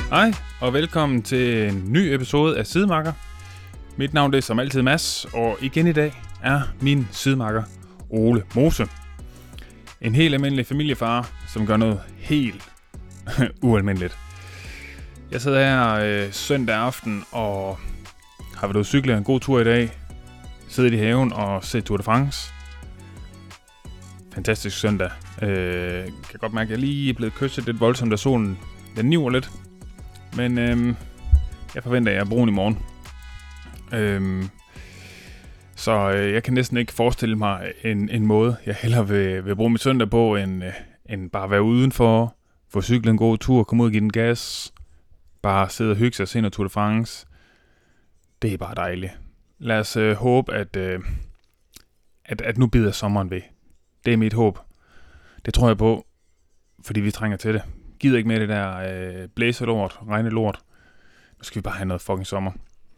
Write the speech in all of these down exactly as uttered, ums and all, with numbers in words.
Hej, og velkommen til en ny episode af Sidemarker. Mit navn er som altid Mads, og igen i dag er min sidemarker Ole Mose. En helt almindelig familiefar, som gør noget helt ualmindeligt. Jeg sidder her øh, søndag aften og har været ude at cykle en god tur i dag. Siddet i haven og set Tour de France. Fantastisk søndag. Øh, kan godt mærke, at jeg lige er blevet kysset lidt voldsomt af solen. Den niver lidt. Men øh, jeg forventer, at jeg er brun i morgen. Øh, så øh, jeg kan næsten ikke forestille mig en, en måde, jeg hellere vil, vil bruge mit søndag på, end, øh, end bare være udenfor, få cyklet en god tur, komme ud og give den gas, bare sidde og hygge sig og se noget Tour de France. Det er bare dejligt. Lad os øh, håbe, at, øh, at, at nu bider sommeren ved. Det er mit håb. Det tror jeg på, fordi vi trænger til det. Gider ikke med det der øh, blæselort, regnelort. Nu skal vi bare have noget fucking sommer.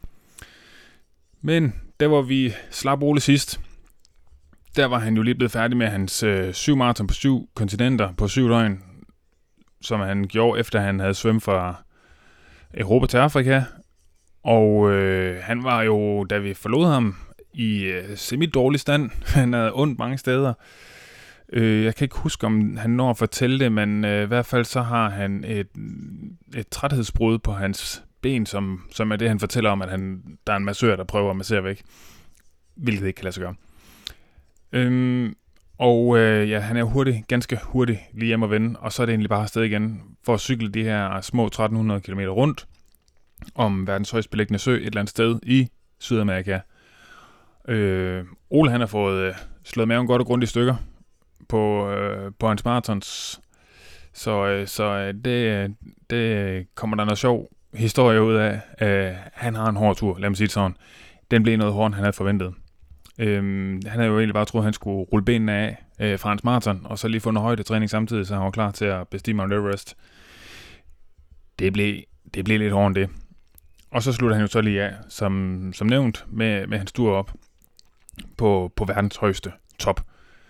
Men der hvor vi slap Ole sidst, der var han jo lige blevet færdig med hans øh, syv maraton på syv kontinenter på syv døgn, som han gjorde efter han havde svømmet fra Europa til Afrika. Og øh, han var jo, da vi forlod ham, i øh, semi-dårlig stand. Han havde ondt mange steder. Øh, jeg kan ikke huske, om han når at fortælle det, men øh, i hvert fald så har han et, et træthedsbrud på hans ben, som, som er det, han fortæller om, at han, der er en massør, der prøver at massere væk. Hvilket ikke kan lade sig gøre. Øhm, og øh, ja, han er hurtig, ganske hurtig lige hjem og vende, og så er det egentlig bare afsted igen for at cykle de her små tretten hundrede kilometer rundt om verdens højst beliggende sø et eller andet sted i Sydamerika. Øh, Ole han har fået øh, slået maven godt og grundigt i stykker på, øh, på hans marathons, så, øh, så øh, det, det kommer der noget sjov historie ud af. Øh, han har en hård tur, lad mig sige det sådan. Den blev noget hårdere, end han havde forventet. Øh, han havde jo egentlig bare troet, at han skulle rulle benene af øh, fra hans maraton, og så lige få noget højdetræning samtidig, så han var klar til at bestige Mount Everest. Det blev, det blev lidt hårdere end det. Og så slutter han jo så lige af, som, som nævnt, med, med hans tur op på, på verdens højeste top.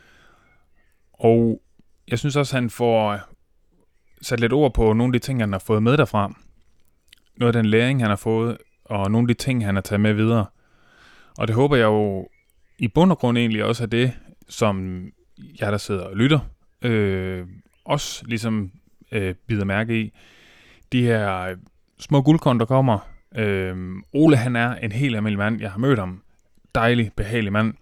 Og jeg synes også, at han får sat lidt ord på nogle af de ting, han har fået med derfra. Noget af den læring, han har fået, og nogle af de ting, han har taget med videre. Og det håber jeg jo i bund og grund egentlig også er det, som jeg, der sidder og lytter, øh, også ligesom øh, bider mærke i. De her små guldkorn, der kommer. Øh, Ole, han er en helt almindelig mand. Jeg har mødt ham. Dejlig, behagelig mand.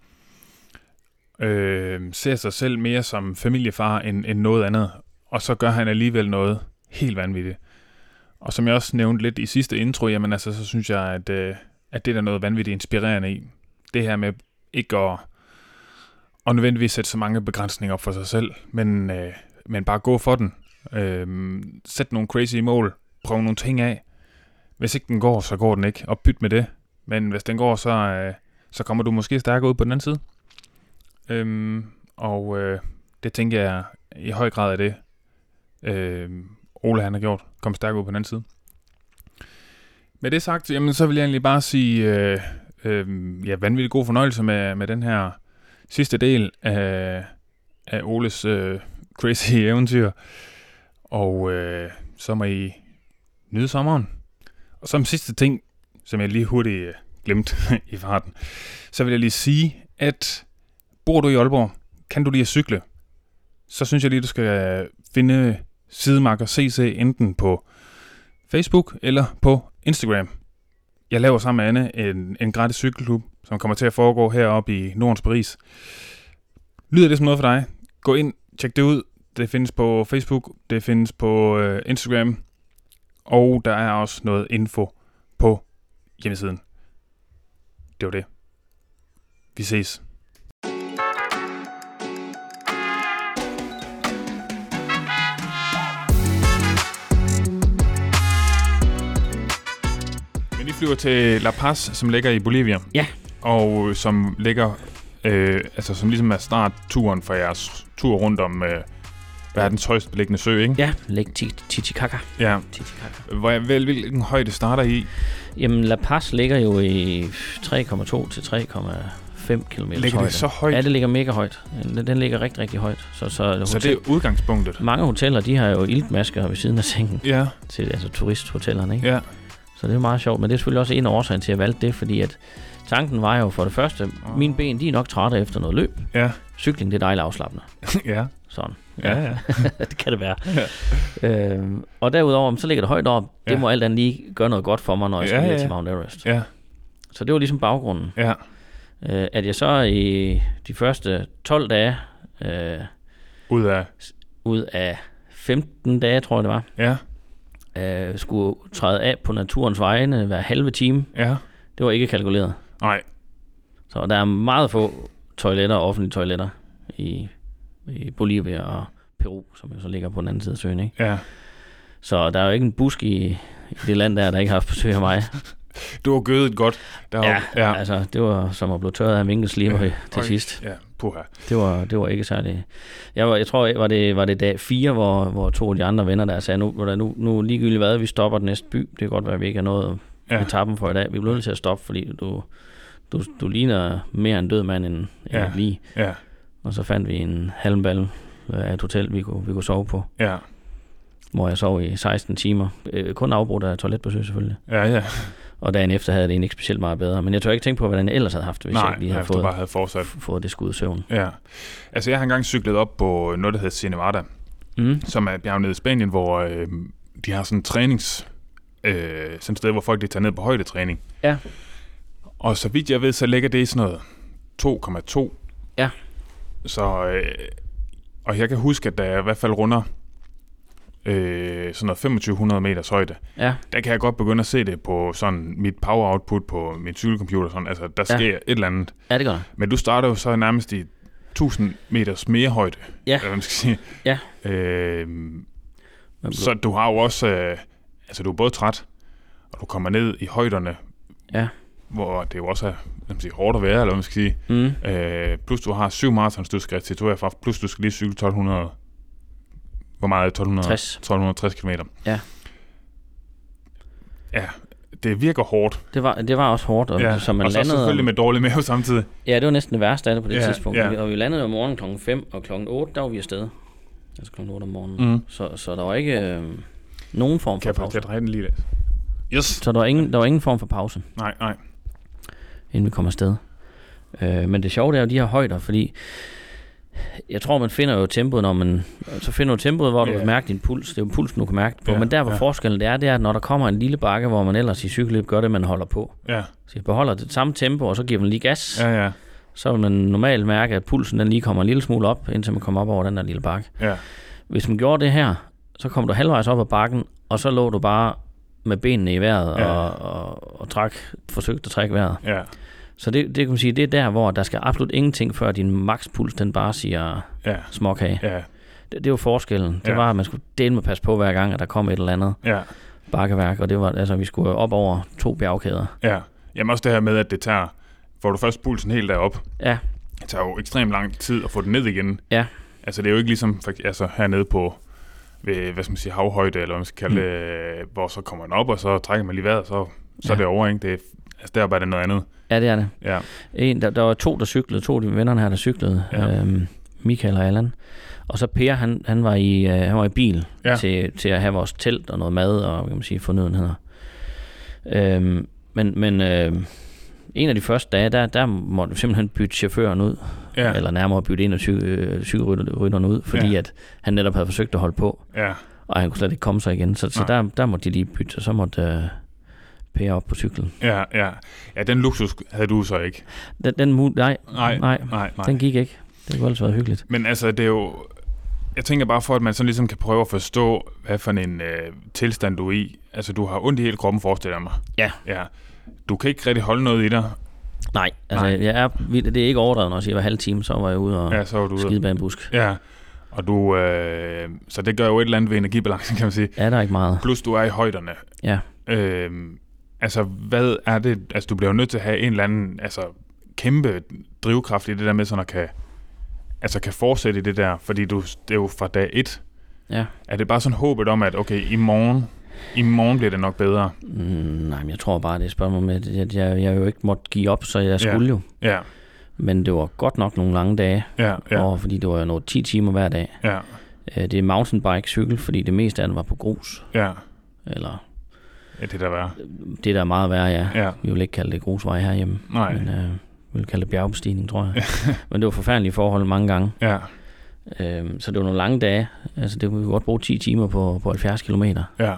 Øh, ser sig selv mere som familiefar end, end noget andet. Og så gør han alligevel noget helt vanvittigt. Og som jeg også nævnte lidt i sidste intro, jamen altså, så synes jeg, at, øh, at det er der noget vanvittigt inspirerende i. Det her med ikke at og nødvendigvis sætte så mange begrænsninger op for sig selv, men, øh, men bare gå for den. Øh, sæt nogle crazy mål. Prøv nogle ting af. Hvis ikke den går, så går den ikke. Og byt med det. Men hvis den går, så, øh, så kommer du måske stærkere ud på den anden side. Øhm, og øh, det tænker jeg i høj grad af det, øh, Ole han har gjort. Kom stærkere ud på den anden side. Med det sagt, jamen, så vil jeg egentlig bare sige, øh, øh, ja, vanvittig god fornøjelse med, med den her sidste del af, af Oles øh, crazy eventyr. Og øh, så må I nyde sommeren. Og som sidste ting, som jeg lige hurtigt øh, glemte i farten, så vil jeg lige sige, at bor du i Aalborg, kan du lige at cykle, så synes jeg lige, du skal finde Sidemarker C C enten på Facebook eller på Instagram. Jeg laver sammen med Anne en, en gratis cykelklub, som kommer til at foregå heroppe i Nordens Paris. Lyder det som noget for dig? Gå ind, tjek det ud. Det findes på Facebook, det findes på øh, Instagram, og der er også noget info på hjemmesiden. Det var det. Vi ses. Men I flyver til La Paz, som ligger i Bolivia. Ja. Og som ligger, øh, altså som ligesom er startturen for jeres tur rundt om øh, verdens højst beliggende sø, ikke? Ja, Lake Titicaca. Ja. Titicaca. Hvor jeg vel, hvilken højde starter I? Jamen, La Paz ligger jo i tre komma to til tre komma fem kilometer Ligger det så højt? Ja, det ligger mega højt. Den, den ligger rigtig, rigtig højt. Så, så, hotel, så det er udgangspunktet? Mange hoteller, de har jo iltmasker ved siden af sengen. Ja. Til altså turisthotellerne, ikke? Ja. Så det er meget sjovt, men det er selvfølgelig også en af årsagen til, at jeg valgte det, fordi at tanken var jo for det første, oh. mine ben, de er nok trætte efter noget løb. Ja. Cykling, det er dejligt afslappende. Ja. Sådan. Ja, ja. Det kan det være. Ja. Øhm, og derudover, så ligger det højt op. Det ja. må alt andet lige gøre noget godt for mig, når jeg skal ja, ja. til Mount Everest. Ja. Så det var ligesom baggrunden. Ja. Øh, at jeg så i de første tolv dage, øh, ud af ud af femten dage, tror jeg det var, ja. øh, skulle træde af på naturens vegne hver halve time. Ja. Det var ikke kalkuleret. Nej. Så der er meget få toiletter, offentlige toiletter i, i Bolivia og Peru, som jo så ligger på den anden side af søen, ikke? Ja. Så der er jo ikke en busk i, i det land der, der ikke har haft besøg af mig. Du har gødet godt. Der ja, var, ja, altså det var som at blive tørret af minkelsliber ja. til Øj. sidst. Ja, puha. Det var, det var ikke særlig... Jeg, var, jeg tror, var det, var det dag fire, hvor, hvor to af de andre venner der sagde, nu, nu, nu ligegyldigt hvad, vi stopper den næste by. Det kan godt være, at vi ikke har noget ja. etappen for i dag. Vi bliver nødt til at stoppe, fordi du, du, du ligner mere en død mand end, ja. end et lig. Ja. Og så fandt vi en halmbal af et hotel, vi kunne, vi kunne sove på. Ja. Hvor jeg sov i seksten timer. Øh, kun afbrudt af toiletbesøg selvfølgelig. Ja, ja. Og dagen efter havde det egentlig ikke specielt meget bedre. Men jeg tør ikke tænke på, hvordan jeg ellers havde haft det, hvis Nej, jeg ikke lige havde fået, fået, bare havde fortsat. fået det skud i søvn. Ja. Altså jeg har engang cyklet op på noget, der hedder Sierra Nevada, mm. som er bjerg nede i Spanien, hvor øh, de har sådan en trænings... Øh, sådan et sted, hvor folk de tager ned på højdetræning. Ja. Og så vidt jeg ved, så ligger det i sådan noget to komma to. Ja. Så... Øh, og jeg kan huske, at da jeg i hvert fald runder øh, sådan noget femogtyve hundrede meters højde, ja. der kan jeg godt begynde at se det på sådan mit power output på min cykelcomputer. Sådan. Altså, der sker ja. et eller andet. Ja, det gør der. Men du starter jo så nærmest i tusind meters mere højde. Ja. Eller hvad man skal sige. Ja. Øh, så du har jo også... Øh, altså, du er både træt, og du kommer ned i højderne, ja. hvor det jo også er man sige, hårdt at være, eller hvad man skal sige. Mm. Øh, plus du har syv marathons, du skal til to herfra, plus du skal lige cykle tolv hundrede. Hvor meget er det? tolv hundrede, tolv tres kilometer. Ja. Ja, det virker hårdt. Det var, det var også hårdt, og, ja. så man og så landede, selvfølgelig med dårlig mave samtidig. Ja, det var næsten det værste af det på det ja, tidspunkt. Ja. Og vi landede om morgenen klokken fem, og klokken otte, der var vi afsted. Altså klokken otte om morgenen. Mm. Så, så der var ikke øh, nogen form for kan pause. Kan jeg dreje den lige lidt? Yes. Så der var, ingen, der var ingen form for pause. Nej, nej. Inden vi kom afsted. Øh, men det sjove er jo de her højder, fordi jeg tror, man finder jo tempoet, når man... Så finder du tempoet, hvor du yeah. kan mærke din puls. Det er jo pulsen, du kan mærke på. Yeah, men der, hvor yeah. forskellen det er, det er, at når der kommer en lille bakke, hvor man ellers i cykelløb gør det, man holder på. Yeah. Så jeg beholder det samme tempo, og så giver man lige gas. Yeah, yeah. Så vil man normalt mærke, at pulsen den lige kommer en lille smule op, indtil man kommer op over den der lille bakke. Yeah. Hvis man gjorde det her, så kom du halvvejs op ad bakken, og så lå du bare med benene i vejret yeah. og, og, og træk, forsøgte at trække vejret. Yeah. Så det, det kan man sige, det er der, hvor der skal absolut ingenting, før din makspuls, den bare siger ja. småkage. Ja. Det, det var forskellen. Det ja. var, at man skulle dele med passe på hver gang, at der kom et eller andet ja. bakkeværk, og det var, altså, vi skulle op over to bjergkæder. Ja, jamen også det her med, at det tager, får du først pulsen helt derop. Ja. Det tager jo ekstremt lang tid at få den ned igen. Ja. Altså, det er jo ikke ligesom altså, hernede på, ved, hvad skal man sige, havhøjde, eller hvad man skal kalde det, mm. hvor så kommer man op, og så trækker man lige vejret, så, så ja. er det over, ikke? Det er, altså, der er bare det noget andet. Ja, det er det. Ja. En, der, der var to, der cyklede, to af de vennerne her, der cyklede, ja. øhm, Michael og Allan. Og så Per, han, han, var, i, øh, han var i bil ja. til, til at have vores telt og noget mad og kan man sige, fornødenheder. Øhm, men men øh, en af de første dage, der, der måtte vi simpelthen bytte chaufføren ud. Ja. Eller nærmere bytte en af cykelrytterne ud, fordi ja. at han netop havde forsøgt at holde på. Ja. Og han kunne slet ikke komme sig igen. Så, så der, der måtte de lige bytte, og så måtte... Øh, Per op på cyklen. Ja, ja. Ja, den luksus havde du så ikke. Den, den mu- nej, nej, nej, nej, nej. Den gik ikke. Det kunne altså være hyggeligt. Men altså, det er jo... Jeg tænker bare for, at man sådan ligesom kan prøve at forstå, hvad for en øh, tilstand du er i. Altså, du har ondt i hele kroppen, forestiller jeg mig. Ja. Ja. Du kan ikke rigtig holde noget i dig. Nej, altså, nej. Jeg er, det er ikke overdrevet, når jeg var halv time, så var jeg ude og ja, så var du skide bag en busk. Ja, og du... Øh, så det gør jo et eller andet ved energibalancen, kan man sige. Ja, der er ikke meget. Plus, du er i højderne. Ja. Øh, Altså, hvad er det? Altså, du bliver jo nødt til at have en eller anden altså, kæmpe drivkraft i det der med, sådan at kan, altså, kan fortsætte i det der, fordi du, det er jo fra dag et. Ja. Er det bare sådan håbet om, at okay, i morgen, i morgen bliver det nok bedre? Mm, nej, men jeg tror bare, det er spørgsmål med, at jeg, jeg, jeg jo ikke måtte give op, så jeg skulle ja. jo. Ja. Men det var godt nok nogle lange dage, ja, ja. Og fordi det var jo noget ti timer hver dag. Ja. Det er mountainbike-cykel, fordi det meste af den var på grus. Ja. Eller... Ja, det der værre. Det der er meget værre, ja. ja. Vi vil ikke kalde det grusvej herhjemme. Nej. Men øh, vi vil kalde det bjergbestigning, tror jeg. Men det var forfærdelige forhold mange gange. Ja. Øhm, så det var nogle lange dage. Altså, det kunne vi godt bruge ti timer på, på halvfjerds kilometer. Ja.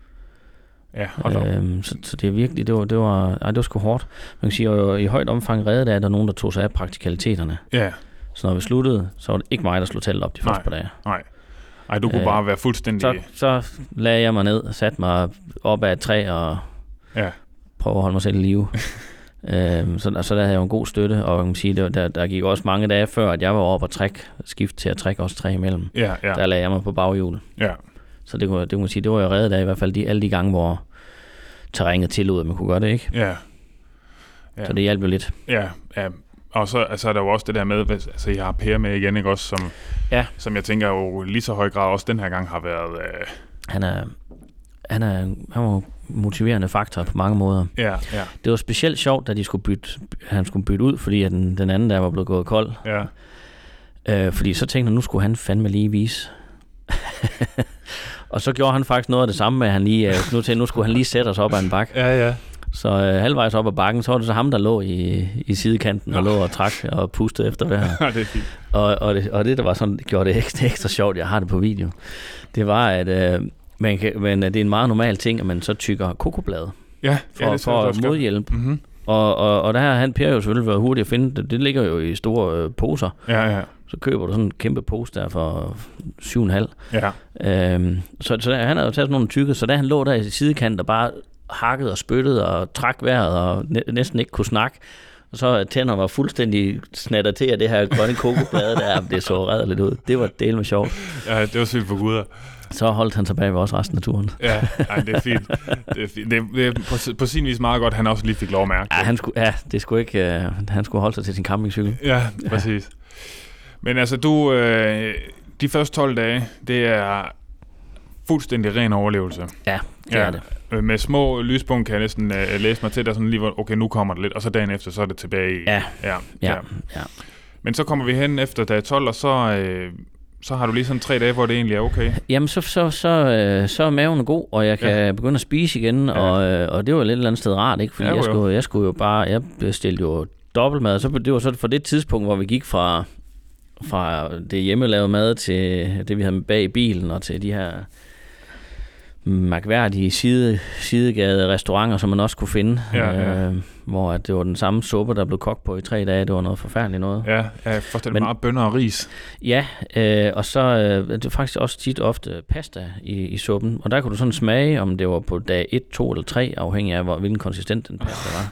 Ja, hold op. Øhm, så, så det er virkelig, det var, det var, ej, det var sgu hårdt. Man kan sige, at i højt omfang reddet af, der nogen, der tog sig af praktikaliteterne. Ja. Så når vi sluttede, så var det ikke mig, der slog teltet op de første par dage. Nej. Ej, du kunne øh, bare være fuldstændig... Så, så lagde jeg mig ned og satte mig op ad et træ og ja. prøvede at holde mig selv i live. øhm, så, så der havde jeg jo en god støtte, og man kan sige, der, der, der gik også mange dage før, at jeg var oppe og trække, skift til at trække også træ imellem. Ja, ja. Der lagde jeg mig på baghjul. Ja. Så det kunne, det kunne man sige, det var jeg reddet af i hvert fald de, alle de gange, hvor terrænet tillod, at man kunne gøre det, ikke? Ja. ja. Så det hjalp jo lidt. Ja, ja. Og så altså, er der jo også det der med, altså jeg har Per med igen, ikke også, som, ja. som jeg tænker jo lige så høj grad også den her gang har været... Øh... Han er... Han er, han var motiverende faktor på mange måder. Ja, ja. Det var specielt sjovt, da de skulle bytte, han skulle bytte ud, fordi at den, den anden der var blevet gået kold. Ja. Øh, fordi så tænkte jeg, nu skulle han fandme lige vise. Og så gjorde han faktisk noget af det samme med, at han lige, nu, til, nu skulle han lige sætte os op ad en bakke. Ja, ja. Så øh, halvvejs op ad bakken, så var det så ham, der lå i, i sidekanten og lå og trak og pustede efter vejret. Ja, det er fint. Og, og, det, og det, der var sådan, gjorde det ekstra, ekstra sjovt, jeg har det på video, det var, at øh, man kan, men, det er en meget normal ting, at man så tykker kokoblade ja, for, ja, det for at modhjælpe. Mm-hmm. Og, og, og der har han Per jo selvfølgelig været hurtig at finde, det, det ligger jo i store øh, poser. Ja, ja. Så køber du sådan en kæmpe pose der for syv komma fem. Ja. Øhm, så så der, han havde jo taget sådan nogle tykke, så da han lå der i sidekant og bare hakkede og spyttede og trak vejret og næ- næsten ikke kunne snakke, og så tænderne var fuldstændig snatter til af det her grønne kokoblade der, det så reddet lidt ud. Det var delt med sjovt. Ja, det var sygt for guder. Så holdt han sig bag ved os resten af turen. Ja, ej, det er fint. Det er, fint. Det er, det er på, på sin vis meget godt, han også lige fik lov at mærke. Ja, han skulle, ja det skulle ikke, uh, han skulle holde sig til sin campingcykel. Ja, præcis. Men altså, du, øh, de første tolv dage, det er fuldstændig ren overlevelse. Ja, det ja. er det. Med små lyspunkter kan jeg næsten øh, læse mig til, der sådan lige, okay, nu kommer det lidt, og så dagen efter, så er det tilbage i... Ja, ja, ja, ja. ja. Men så kommer vi hen efter dag tolv, og så, øh, så har du lige sådan tre dage, hvor det egentlig er okay. Jamen, så, så, så, øh, så er maven god, og jeg kan ja. begynde at spise igen, ja. og, øh, og det var lidt et eller andet sted rart, ikke? Fordi ja, jeg, skulle, jeg skulle jo bare... Jeg bestilte jo dobbeltmad, så det var så for det tidspunkt, hvor vi gik fra, fra det hjemmelavede mad til det, vi havde bag i bilen, og til de her mærkværdige side, sidegade restauranter, som man også kunne finde, ja, ja. Øh, hvor at det var den samme suppe, der blev kogt på i tre dage. Det var noget forfærdeligt noget. Ja, jeg forstår det meget bønner og ris. Ja, øh, og så øh, det er faktisk også tit ofte pasta i, i suppen, og der kunne du sådan smage, om det var på dag et, to eller tre, afhængig af, hvor, hvilken konsistent den pasta var.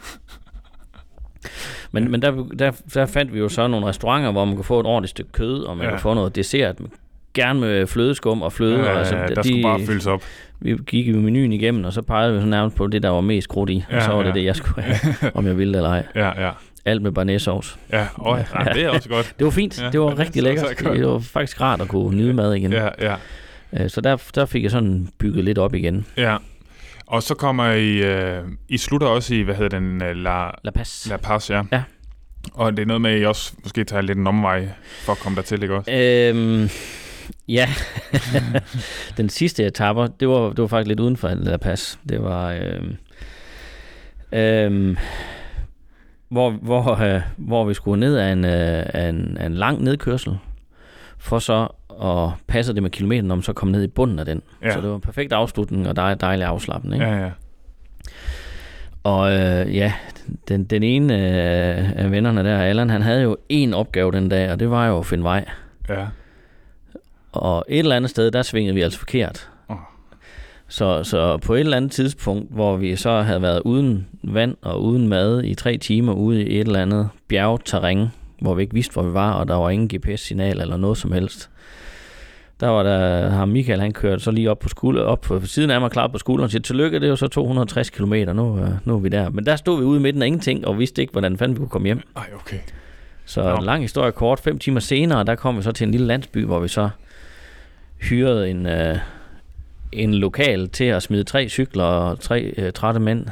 Men, ja. men der, der, der fandt vi jo så nogle restauranter, hvor man kunne få et ordentligt stykke kød, og man ja. kunne få noget dessert, gerne med flødeskum og fløde. Ja, og altså, der de, skulle bare fyldes op. Vi gik i menuen igennem, og så pegede vi så nærmest på det, der var mest krudt i, ja, og så var det ja. det, jeg skulle have, om jeg ville det eller ej. Ja, ja. Alt med bearnaisesauce. Ja, åh, ja, det er også godt. Det var fint, ja, det var rigtig lækkert. Det var faktisk rart at kunne nyde mad igen. Ja, ja. Så der, der fik jeg sådan bygget lidt op igen. Ja. Og så kommer I, øh, I slutter også i, hvad hedder den? La, La Paz. La Paz, ja. Ja. Og det er noget med, at I også måske tager lidt en omvej for at komme dertil, ikke også? Øhm, ja. Den sidste etape, det var, det var faktisk lidt uden for La Paz. Det var... Øhm, øhm, hvor, hvor, øh, hvor vi skulle ned af en, øh, af en, af en lang nedkørsel, for så at passe det med kilometeren, om så komme ned i bunden af den. Ja. Så det var en perfekt afslutning, og der er dejlig afslappning. Ja, ja. Og øh, ja, den, den ene øh, af vennerne der, Allan, han havde jo en opgave den dag, og det var jo at finde vej. Ja. Og et eller andet sted, der svingede vi altså forkert. Oh. Så, så på et eller andet tidspunkt, hvor vi så havde været uden vand og uden mad i tre timer ude i et eller andet bjergterræn, hvor vi ikke vidste, hvor vi var, og der var ingen G P S-signal eller noget som helst. Der var der, ham Michael, han kørte så lige op på skulder, op på siden af mig, klar på skulderen og siger, tillykke, det er jo så to hundrede og tres kilometer, nu, nu er vi der. Men der stod vi ude midten af ingenting, og vidste ikke, hvordan fanden vi kunne komme hjem. Ej, okay. Så no. lang historie kort, fem timer senere, der kom vi så til en lille landsby, hvor vi så hyrede en, øh, en lokal til at smide tre cykler og tre øh, trætte mænd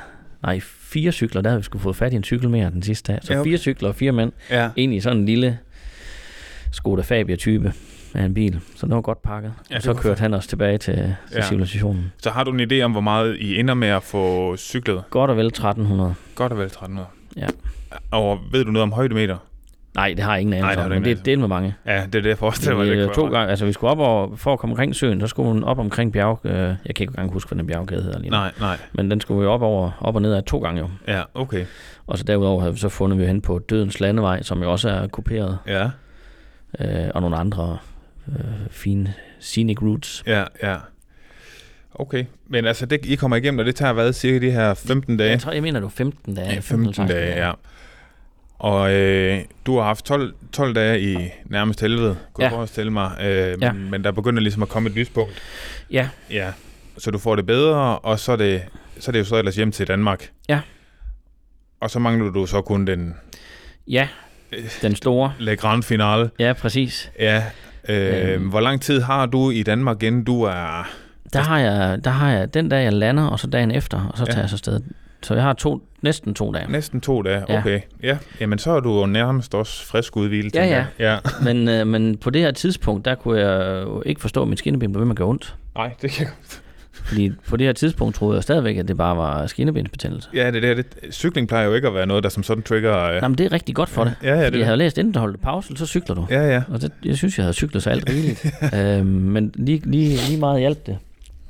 nej, fire cykler, der havde vi skulle få fat i en cykel mere den sidste dag. Så ja, okay. fire cykler og fire mænd, ja. ind i sådan en lille Skoda Fabia-type af en bil. Så det var godt pakket. Ja, og så kørte han os tilbage til, til ja. civilisationen. Så har du en idé om, hvor meget I ender med at få cyklet? Godt og vel tretten hundrede. Godt og vel tretten hundrede. Ja. Og ved du noget om højdemeter? Nej, det har jeg ingen anelse om, men det, det er med mange. Ja, det er det, jeg forestiller mig. Det to gange, altså vi skulle op over, for at komme omkring søen, så skulle hun op omkring bjerg, øh, jeg kan ikke engang huske, hvad den bjergkæde hedder lige nu. Nej, nej. Men den skulle vi op over, op og ned af to gange jo. Ja, okay. Og så derudover havde vi så fundet vi hen på Dødens Landevej, som jo også er kuperet. Ja. Øh, og nogle andre øh, fine scenic routes. Ja, ja. Okay, men altså, det, I kommer igennem, og det tager hvad, cirka de her femten dage? Jeg tror, jeg mener, det var femten dage. Ja, femten dage, ja. Og øh, du har haft tolv, tolv dage i nærmest helvede, kunne ja. jeg forestille mig. Øh, ja. men, men der begynder ligesom at komme et lyspunkt. Ja. Ja. Så du får det bedre, og så er det, så er det jo så ellers hjem til Danmark. Ja. Og så mangler du så kun den... Ja, den store. Le Grand Finale. Ja, præcis. Ja. Øh, øhm. Hvor lang tid har du i Danmark, inden du er... Der har jeg, der har jeg den dag, jeg lander, og så dagen efter, og så tager ja. jeg så sted. Så jeg har to, næsten to dage. Næsten to dage, okay. Ja. ja. Jamen, så er du jo nærmest også frisk udhvilet. Ja, ja. ja. men, øh, men på det her tidspunkt, der kunne jeg jo ikke forstå, at mit skinneben blev ved med at gøre ondt. Nej, det kan jeg godt. Fordi på det her tidspunkt troede jeg stadigvæk, at det bare var skinnebensbetændelse. Ja, det der. Det, cykling plejer jo ikke at være noget, der som sådan trigger... Øh... Nej, men det er rigtig godt for det. Ja, ja, det jeg havde læst, inden du holdt pause, så cykler du. Ja, ja. Og det, jeg synes, jeg havde cyklet så alt rigeligt. øhm, men lige, lige, lige meget hjalp det.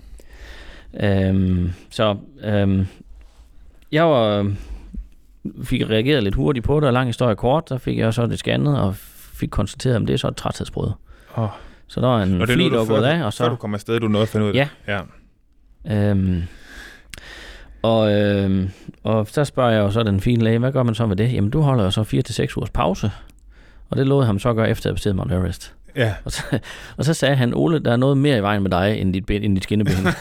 Øhm, så øhm, jeg var, fik reageret lidt hurtigt på det, og lang historie kort, så fik jeg så det scannet, og fik konstateret, om det er så et træthedsbrud. Oh. Så der var en fli, der var gået af. Og så, før du kom afsted, du nåede at finde ud af ja. det? Ja. Øhm, og, øhm, og så spørger jeg jo så den fine læge, hvad gør man så med det? Jamen, du holder jo så fire til seks ugers pause, og det lovede ham så at gøre efter at bestige Mount Everest. Ja. Og så, og så sagde han, Ole, der er noget mere i vejen med dig, end dit, ben, end dit skinneben. Ja,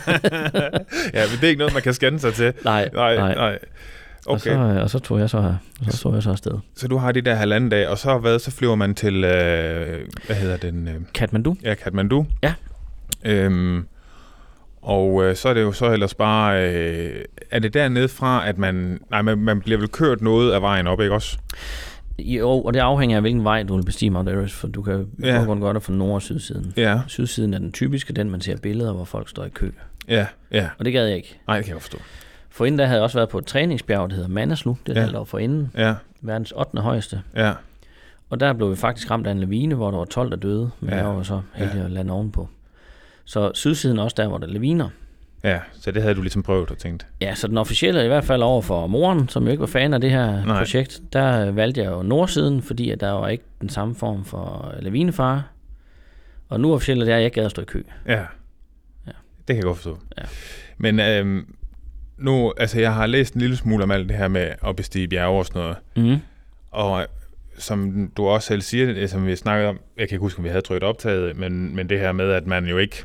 men det er ikke noget, man kan scanne sig til. Nej, nej. nej. nej. Okay. Og, så, og så tog jeg så, så, tog jeg så afsted. Så du har de der halvanden dag, og så hvad, så flyver man til, øh, hvad hedder den? Øh, Kathmandu. Ja, Kathmandu. Ja. Øhm, og øh, så er det jo så ellers bare, øh, er det dernede fra, at man, nej, man, man bliver vel kørt noget af vejen op, ikke også? Jo, og det afhænger af, hvilken vej du vil bestige Mount Everest, for du kan ja. godt gøre det fra nord- og sydsiden. Ja. Sydsiden er den typiske, den man ser billeder, hvor folk står i kø. Ja, ja. Og det gad jeg ikke. Nej, det kan jeg forstå. For inden der havde jeg også været på et træningsbjerg, der hedder Manaslu, det er ja. der for inden. Ja. Verdens ottende højeste. Ja. Og der blev vi faktisk ramt af en lavine, hvor der var tolv, der døde, men ja. jeg var så heldig ja. at lande ovenpå. Så sydsiden også der, hvor der laviner. Ja, så det havde du ligesom prøvet og tænkt. Ja, så den officielle i hvert fald over for moren, som jo ikke var fan af det her Nej. projekt, der valgte jeg jo nordsiden, fordi at der var ikke den samme form for lavinefare. Og nu officielt er det, at jeg ikke gad at stå i kø. Ja, ja. det kan jeg godt forstå. Ja. Men øhm, nu, altså jeg har læst en lille smule om alt det her med at bestige bjerge og sådan noget. Mm-hmm. Og som du også selv siger, det, som vi snakkede om, jeg kan ikke huske, om vi havde trykket optaget, men, men det her med, at man jo ikke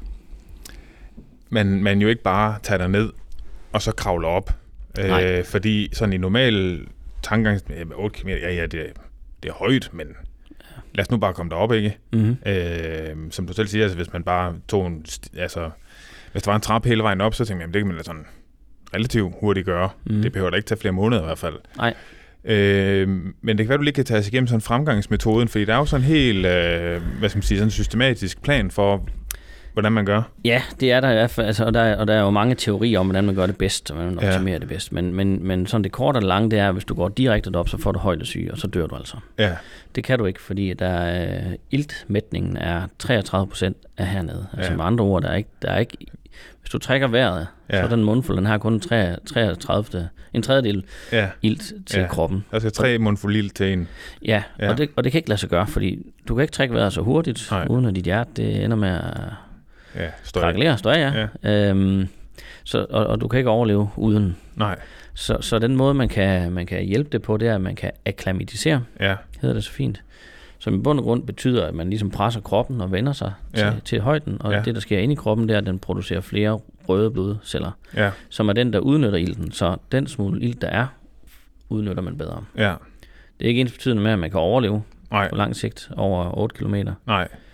man, man jo ikke bare tager der ned og så kravler op. Øh, fordi sådan i normal tankegang, otte kilometer, ja, ja, det, det er højt, men lad os nu bare komme derop, ikke? Mm-hmm. Øh, som du selv siger, altså hvis man bare tog en, altså hvis der var en trappe hele vejen op, så tænkte jeg, jamen, det kan man da sådan relativt hurtigt gøre. Mm-hmm. Det behøver da ikke tage flere måneder i hvert fald. Nej. Øh, men det kan være, du lige kan tage os igennem sådan fremgangsmetoden, fordi der er jo sådan en helt, øh, hvad skal man sige, sådan en systematisk plan for, hvordan man gør. Ja, det er der i hvert fald, altså, og, der, og der er jo mange teorier om, hvordan man gør det bedst, og hvordan man optimerer ja. det bedst. Men, men, men sådan det korte og lange, det er, at hvis du går direkte op, så får du højdesyge, og så dør du altså. Ja. Det kan du ikke, fordi der er, iltmætningen er treogtredive procent af hernede. Altså ja. med andre ord, der er ikke, der er ikke hvis du trækker vejret, ja. så er den mundfuld, den har kun treogtredive, en tredjedel ja. ilt til ja. kroppen. Der skal tre mundfuld ilt til en. Ja, ja. Og, det, og det kan ikke lade sig gøre, fordi du kan ikke trække vejret så hurtigt, Nej. uden at dit hjerte det ender med at ja, krakkelere, støj, ja. ja. Øhm, så, og, og du kan ikke overleve uden. Nej. Så, så den måde, man kan, man kan hjælpe det på, det er, at man kan akklimatisere, ja. hedder det så fint. Som i bund og grund betyder, at man ligesom presser kroppen og vender sig ja. til, til højden, og ja. det, der sker inde i kroppen, det er, at den producerer flere røde blodceller, ja. som er den, der udnytter ilten. Så den smule ilt, der er, udnytter man bedre. Ja. Det er ikke ens betydende med, at man kan overleve Nej. på lang sigt over otte kilometer. Nej.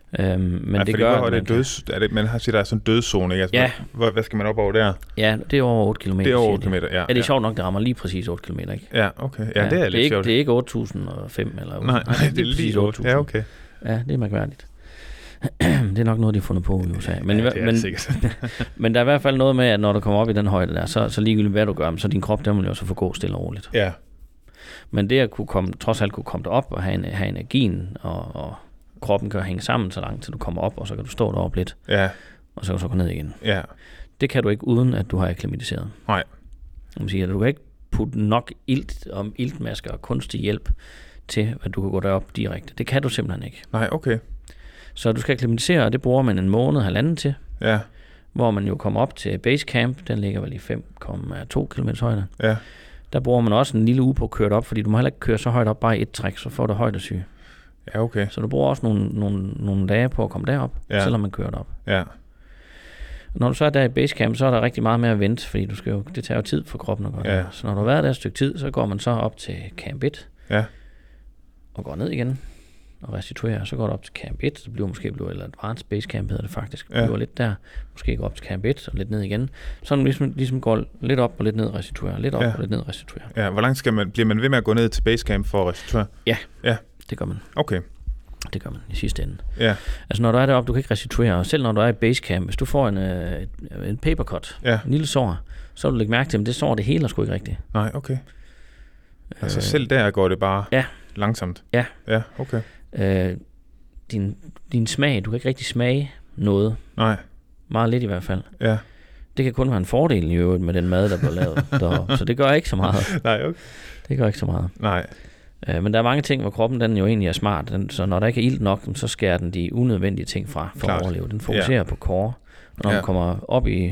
Øhm, men ja, det gør, hvor, at man, det døds, er det, man har siger, der er sådan en dødszone, ikke? Altså, ja. hvad, hvad skal man op over der? Ja, det er over otte kilometer. Det er over otte kilometer, ja. Ja, det er ja. sjovt nok, det rammer lige præcis otte kilometer, ikke? Ja, okay. Ja, ja, det er det lidt ikke, sjovt. Det er ikke otte tusind og fem eller otte. Nej, nej, det, det er lige otte tusind. Ja, okay. Ja, det er mærkværdigt. Det er nok noget, de har fundet på i U S A. Men, ja, men, men der er i hvert fald noget med, at når du kommer op i den højde der, så, så ligegyldigt hvad du gør, så din krop, der må jo så få gå stille og roligt. Ja. Men det at kunne komme, trods alt kunne komme derop og have, have energien, og, og kroppen kan hænge sammen så langt, til du kommer op, og så kan du stå deroppe lidt. Ja. Og så kan du så gå ned igen. Ja. Det kan du ikke, uden at du har akklimatiseret. Nej. Man siger, at du kan ikke putte nok ilt om iltmasker og kunstig hjælp til, at du kan gå derop direkte. Det kan du simpelthen ikke. Nej, okay. Så du skal akklimatisere, og det bruger man en måned, halvanden til. Ja. Hvor man jo kommer op til basecamp. Den ligger vel i fem komma to kilometer højde. Ja. Der bruger man også en lille uge på at køre op, fordi du må heller ikke køre så højt op bare i et træk, så får du højdesyge. Ja, okay. Så du bruger også nogle, nogle, nogle dage på at komme derop, ja. selvom man kører op. Ja. Når du så er der i basecamp, så er der rigtig meget med at vente, fordi du skal jo, det tager jo tid for kroppen at gå ja. der. Så når du har været der et stykke tid, så går man så op til camp et. Ja. Og går ned igen og restituerer. Så går du op til camp et, så bliver måske bliver eller advanced basecamp hedder det faktisk. Ja. Bliver lidt der, måske går op til camp et og lidt ned igen. Så man ligesom, ligesom går lidt op og lidt ned og restituerer, lidt op ja. og lidt ned og restituerer. Ja, hvor langt skal man, bliver man ved med at gå ned til basecamp for at restituere? Ja, ja. det gør man. Okay. Det gør man i sidste ende. Ja. Altså når du er deroppe, du kan ikke restituere, og selv når du er i basecamp, hvis du får en, øh, en papercut, ja. en lille sår, så vil du lægge mærke til, at det sår det hele er sgu ikke rigtigt. Nej, okay. Altså øh, selv der går det bare ja. langsomt? Ja. Ja, okay. Øh, din, din smag, du kan ikke rigtig smage noget. Nej. Meget lidt i hvert fald. Ja. Det kan kun være en fordel i øvrigt med den mad, der bliver lavet deroppe, så det gør ikke så meget. Nej, okay. Det gør ikke så meget. Nej. Øh, men der er mange ting, hvor kroppen den jo egentlig er smart, den, så når der ikke er ilt nok, så skærer den de unødvendige ting fra for Klart. At overleve. Den fokuserer ja. På core. Og når ja. Man kommer op i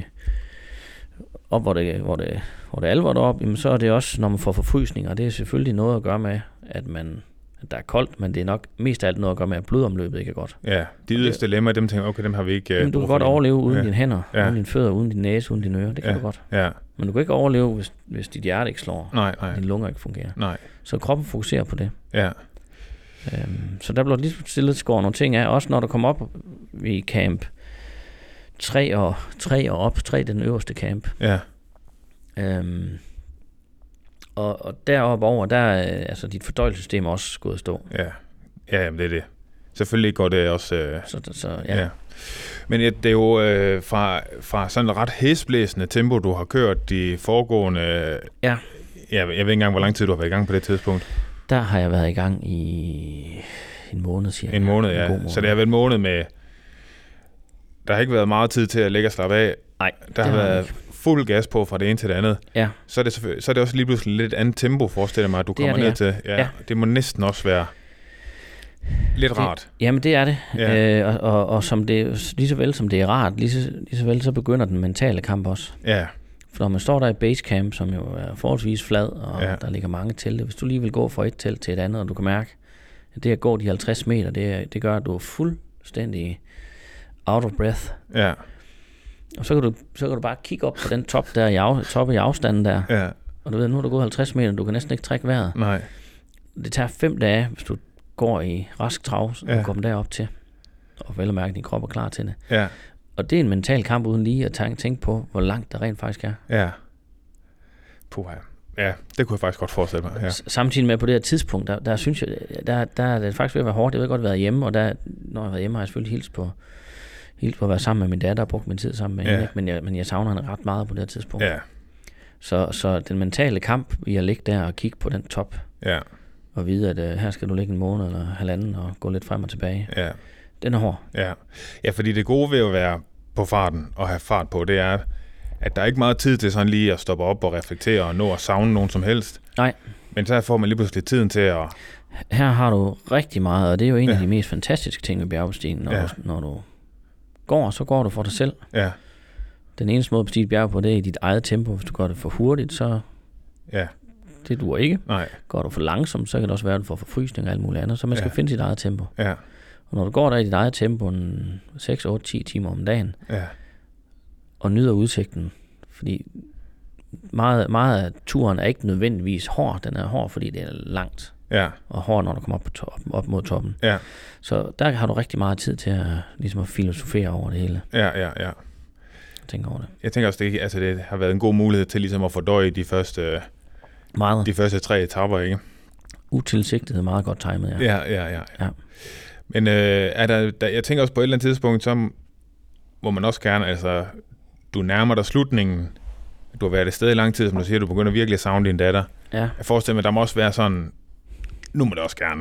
op, hvor det, hvor det, hvor det er alvor deroppe, jamen, så er det også, når man får forfrysninger, det er selvfølgelig noget at gøre med, at man at der er koldt, men det er nok mest af alt noget at gøre med, at blodomløbet ikke er godt. Ja, de yderste lemmer, dem tænker okay, dem har vi ikke... Jamen, du kan godt overleve uden ja. Dine hænder, ja. uden dine fødder, uden din næse, uden dine ører, det kan ja. Du godt. Ja. Men du kan ikke overleve, hvis, hvis dit hjerte ikke slår, nej, nej. Dine lunger ikke fungerer. Nej. Så kroppen fokuserer på det. Ja. Øhm, så der bliver lige stillet skår nogle ting af, også når du kommer op i camp tre og, tre og op, tre den øverste camp. Ja. Øhm, og, og deroppe over, der er altså dit fordøjelsessystem også gået at stå. Ja, ja jamen, det er det. Selvfølgelig går det også... Øh, så, så, ja. ja. Men det er jo øh, fra, fra sådan et ret hæsblæsende tempo, du har kørt de foregående... Øh, ja. Jeg, jeg ved ikke engang, hvor lang tid du har været i gang på det tidspunkt. Der har jeg været i gang i en måned, cirka. En måned, ja. En måned. Så det har været en måned med... Der har ikke været meget tid til at ligge og slappe af. Nej, der har været ikke. Fuld gas på fra det ene til det andet. Ja. Så er det, så er det også lige pludselig lidt andet tempo, forestiller mig, at du det kommer det, ned ja. Til. Ja, ja. Det må næsten også være lidt det, rart. Jamen, det er det. Ja. Øh, og, og, og som det, lige så vel som det er rart, lige så, lige så vel så begynder den mentale kamp også. Ja. For når man står der i basecamp, som jo er forholdsvis flad, og ja. Der ligger mange telte, hvis du lige vil gå fra et telt til et andet, og du kan mærke, at det at gå de halvtreds meter, det, det gør, at du er fuldstændig out of breath. Ja. Og så kan, du, så kan du bare kigge op på den top der i af, top i afstanden der. Ja. Og du ved, nu har du gået halvtreds meter, du kan næsten ikke trække vejret. Nej. Det tager fem dage, hvis du går i rask trav, og ja. Kommer derop til. Og vel at mærke, at din krop er klar til det. Ja. Og det er en mental kamp uden lige at tænke på, hvor langt der rent faktisk er. Ja. Puha. Ja, det kunne jeg faktisk godt forestille mig. Ja. Samtidig med på det her tidspunkt, der, der synes jeg, der, der er det faktisk ved at være hårdt. Jeg ved godt være hjemme, og der, når jeg har været hjemme, har jeg selvfølgelig hilst på Helt på at være sammen med min datter og brugt min tid sammen med ja. Hende, men jeg, men jeg savner hende ret meget på det her tidspunkt. Ja. Så, så den mentale kamp i at ligge der og kigge på den top, ja. Og vide, at uh, her skal du ligge en måned eller halvanden og gå lidt frem og tilbage, ja. Den er hård. Ja. Ja, fordi det gode ved at være på farten og have fart på, det er, at der er ikke meget tid til sådan lige at stoppe op og reflektere og nå at savne nogen som helst. Nej. Men så får man lige pludselig tiden til at... Her har du rigtig meget, og det er jo en ja. Af de mest fantastiske ting ved bjergbestigning, når, ja. du, når du går, så går du for dig selv. Ja. Den eneste måde at bestige et bjerg på, det er i dit eget tempo. Hvis du gør det for hurtigt, så ja. Det duer ikke. Nej. Går du for langsomt, så kan det også være, at du får forfrysning og alt muligt andet. Så man skal ja. Finde sit eget tempo. Ja. Og når du går der i dit eget tempo en seks, otte, ti timer om dagen, ja. Og nyder udsigten, fordi meget, meget af turen er ikke nødvendigvis hård. Den er hård, fordi det er langt. ja. og hård, når du kommer op, på top, op mod toppen. Ja. Så der har du rigtig meget tid til at, ligesom at filosofere over det hele. Ja, ja, ja. Jeg tænker over det. Jeg tænker også, det, altså det har været en god mulighed til ligesom at fordøje de første, meget. de første tre etapper, ikke? Utilsigtet, meget godt timet, ja. Ja, ja, ja. ja. Men øh, er der, der, jeg tænker også på et eller andet tidspunkt, så må man også gerne, altså, du nærmer dig slutningen, du har været et sted i lang tid, som du siger, du begynder virkelig at savne din datter. Ja. Jeg forestiller mig, der må også være sådan, nu må det også gerne.